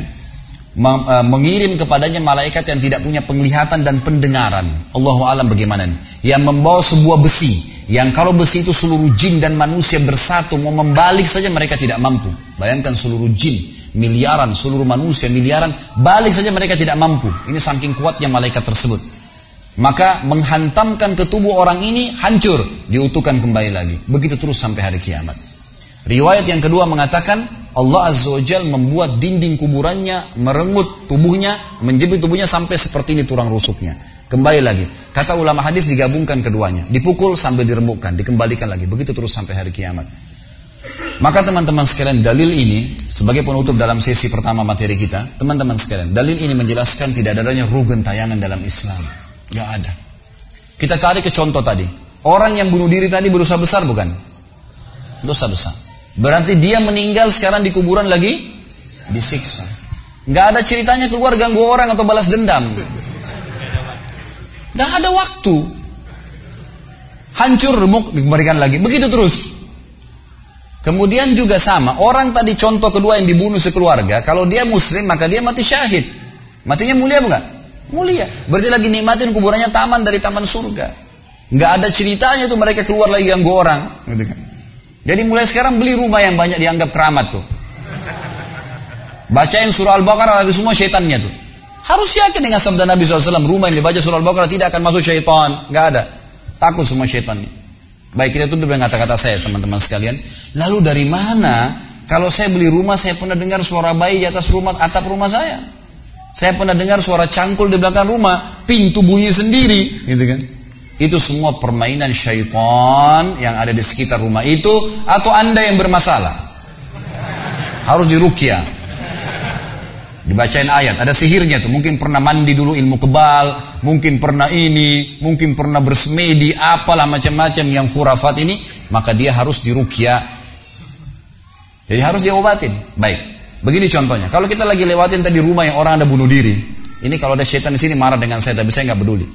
Speaker 1: mengirim kepadanya malaikat yang tidak punya penglihatan dan pendengaran. Allahu alam bagaimana nih? Yang membawa sebuah besi, yang kalau besi itu seluruh jin dan manusia bersatu mau membalik saja mereka tidak mampu. Bayangkan seluruh jin miliaran, seluruh manusia miliaran, balik saja mereka tidak mampu. Ini saking kuatnya malaikat tersebut. Maka menghantamkan ke tubuh orang ini, hancur, diutuhkan kembali lagi. Begitu terus sampai hari kiamat. Riwayat yang kedua mengatakan, Allah Azza wa Jal membuat dinding kuburannya merenggut tubuhnya, menjepit tubuhnya sampai seperti ini tulang rusuknya. Kembali lagi. Kata ulama hadis digabungkan keduanya. Dipukul sambil diremukkan, dikembalikan lagi. Begitu terus sampai hari kiamat. Maka teman-teman sekalian, dalil ini sebagai penutup dalam sesi pertama materi kita, teman-teman sekalian, dalil ini menjelaskan tidak adanya rugen tayangan dalam Islam. Gak ada. Kita cari ke contoh tadi. Orang yang bunuh diri tadi berdosa besar bukan? Dosa besar. Berarti dia meninggal sekarang di kuburan lagi disiksa. Gak ada ceritanya keluar ganggu orang atau balas dendam. Gak ada waktu. Hancur, remuk, dikembalikan lagi. Begitu terus. Kemudian juga sama. Orang tadi contoh kedua yang dibunuh sekeluarga. Kalau dia muslim maka dia mati syahid. Matinya mulia bukan? Mulia. Berarti lagi nikmatin kuburannya taman dari taman surga. Nggak ada ceritanya tuh mereka keluar lagi ganggu orang. Gitu kan. Jadi mulai sekarang beli rumah yang banyak dianggap keramat tuh. Bacain surah Al-Baqarah, ada semua syaitannya tuh. Harus yakin dengan sabda Nabi SAW, rumah yang dibaca surah Al-Baqarah tidak akan masuk syaitan. Nggak ada. Takut semua syaitannya. Baik, kita tutup dengan kata-kata saya teman-teman sekalian. Lalu dari mana kalau saya beli rumah saya pernah dengar suara bayi di atas rumah, atap rumah saya. Saya pernah dengar suara cangkul di belakang rumah, pintu bunyi sendiri, gitu kan? Itu semua permainan syaitan yang ada di sekitar rumah itu, atau Anda yang bermasalah. Harus diruqyah. Dibacain ayat, ada sihirnya tuh. Mungkin pernah mandi dulu ilmu kebal, mungkin pernah ini, mungkin pernah bersemedi, apalah macam-macam yang khurafat ini, maka dia harus diruqyah. Jadi harus diobatin. Baik. Begini contohnya, kalau kita lagi lewatin tadi rumah yang orang ada bunuh diri, ini kalau ada syaitan di sini marah dengan saya, tapi saya nggak peduli.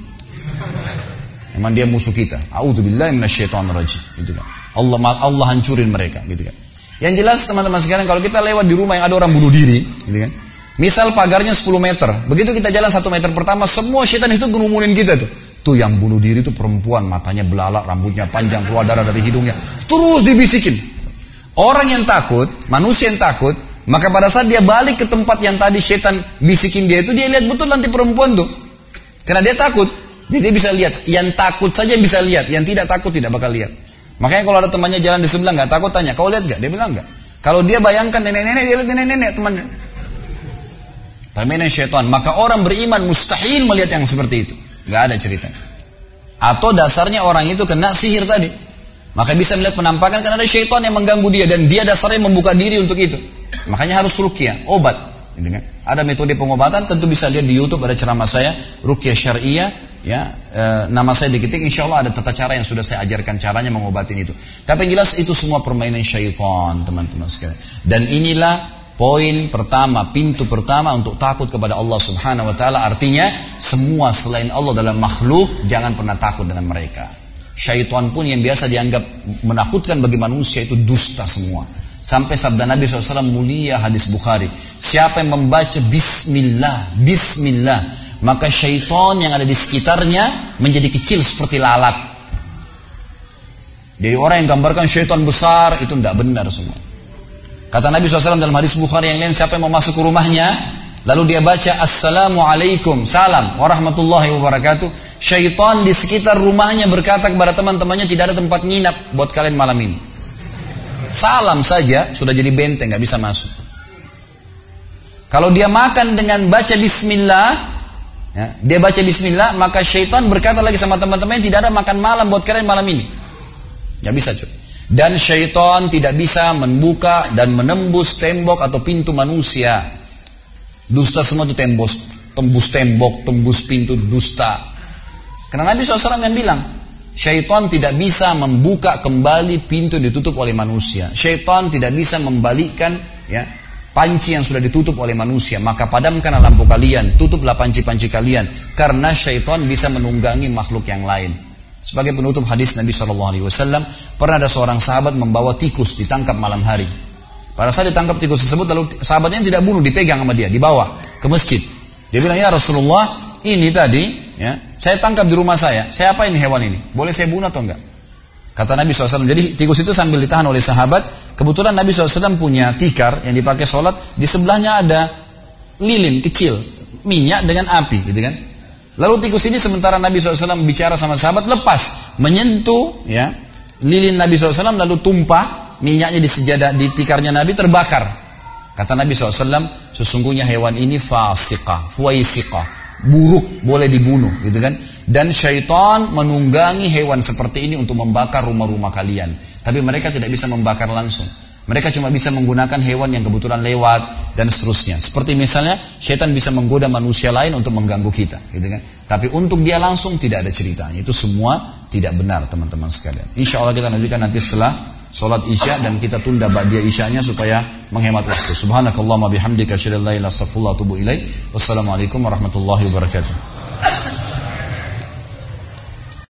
Speaker 1: Memang dia musuh kita. A'udzubillahi minasyaitonirrajim. Gitu kan. Allah hancurin mereka, gitu kan. Yang jelas teman-teman sekalian, kalau kita lewat di rumah yang ada orang bunuh diri, gitu kan. Misal pagarnya 10 meter, begitu kita jalan 1 meter pertama, semua syaitan itu ngerumunin kita tuh. Tuh yang bunuh diri itu perempuan, matanya belalak, rambutnya panjang, keluar darah dari hidungnya. Terus dibisikin. Orang yang takut, manusia yang takut, maka pada saat dia balik ke tempat yang tadi syaitan bisikin dia itu, dia lihat betul nanti perempuan tuh. Karena dia takut. Jadi dia bisa lihat. Yang takut saja bisa lihat. Yang tidak takut tidak bakal lihat. Makanya kalau ada temannya jalan di sebelah nggak takut, tanya, kau lihat nggak? Dia bilang nggak. Kalau dia bayangkan nenek-nenek, dia lihat nenek-nenek temannya. Permainan syaitan. Maka orang beriman mustahil melihat yang seperti itu. Nggak ada ceritanya. Atau dasarnya orang itu kena sihir tadi. Maka bisa melihat penampakan karena ada syaitan yang mengganggu dia. Dan dia dasarnya membuka diri untuk itu. Makanya harus ruqyah, obat. Gitu kan? Ada metode pengobatan, tentu bisa lihat di YouTube, ada ceramah saya, ruqyah syariah. Ya, nama saya diketik, insya Allah ada tata cara yang sudah saya ajarkan caranya mengobatin itu. Tapi yang jelas itu semua permainan syaitan, teman-teman sekalian. Dan inilah poin pertama, pintu pertama untuk takut kepada Allah Subhanahu wa taala. Artinya semua selain Allah dalam makhluk jangan pernah takut dengan mereka. Syaitan pun yang biasa dianggap menakutkan bagi manusia itu dusta semua. Sampai sabda Nabi SAW mulia hadis Bukhari, siapa yang membaca Bismillah, Bismillah, maka syaitan yang ada di sekitarnya menjadi kecil seperti lalat. Jadi orang yang gambarkan syaitan besar itu tidak benar semua. Kata Nabi SAW dalam hadis Bukhari yang lain, siapa yang mau masuk ke rumahnya, lalu dia baca Assalamualaikum, salam warahmatullahi wabarakatuh, syaitan di sekitar rumahnya berkata kepada teman-temannya, tidak ada tempat nginap buat kalian malam ini. Salam saja sudah jadi benteng, gak bisa masuk. Kalau dia makan dengan baca bismillah, ya, dia baca bismillah, maka syaitan berkata lagi sama teman-temannya, tidak ada makan malam buat kalian malam ini. Gak bisa cuy. Dan syaitan tidak bisa membuka dan menembus tembok atau pintu manusia. Dusta semua itu tembus tembok, tembus pintu, dusta. Karena Nabi SAW yang bilang, syaitan tidak bisa membuka kembali pintu yang ditutup oleh manusia. Syaitan tidak bisa membalikkan, ya, panci yang sudah ditutup oleh manusia. Maka padamkanlah lampu kalian, tutuplah panci-panci kalian, karena syaitan bisa menunggangi makhluk yang lain. Sebagai penutup hadis Nabi SAW, pernah ada seorang sahabat membawa tikus ditangkap malam hari. Pada saat ditangkap tikus tersebut, lalu sahabatnya tidak bunuh, dipegang sama dia, dibawa ke masjid. Dia bilang, ya Rasulullah, ini tadi, ya, saya tangkap di rumah saya apa ini hewan ini? Boleh saya bunuh atau enggak? Kata Nabi SAW, jadi tikus itu sambil ditahan oleh sahabat. Kebetulan Nabi SAW punya tikar yang dipakai sholat, di sebelahnya ada lilin kecil, minyak dengan api, gitu kan? Lalu tikus ini sementara Nabi SAW bicara sama sahabat, lepas, menyentuh, ya, lilin Nabi SAW, lalu tumpah minyaknya di sejadah, di tikarnya Nabi, terbakar. Kata Nabi SAW, sesungguhnya hewan ini fasiqah, fuaisiqah, buruk, boleh dibunuh, gitu kan? Dan syaitan menunggangi hewan seperti ini untuk membakar rumah-rumah kalian. Tapi mereka tidak bisa membakar langsung. Mereka cuma bisa menggunakan hewan yang kebetulan lewat dan seterusnya. Seperti misalnya syaitan bisa menggoda manusia lain untuk mengganggu kita, gitu kan? Tapi untuk dia langsung tidak ada ceritanya. Itu semua tidak benar, teman-teman sekalian. Insya Allah kita lanjutkan nanti setelah sholat isya, dan kita tunda ba'diyah isyanya supaya menghemat waktu. Subhanakallahumma bihamdika asyhadu an la ilaha illa anta astaghfiruka wa atubu ilaik. Wassalamualaikum warahmatullahi wabarakatuh.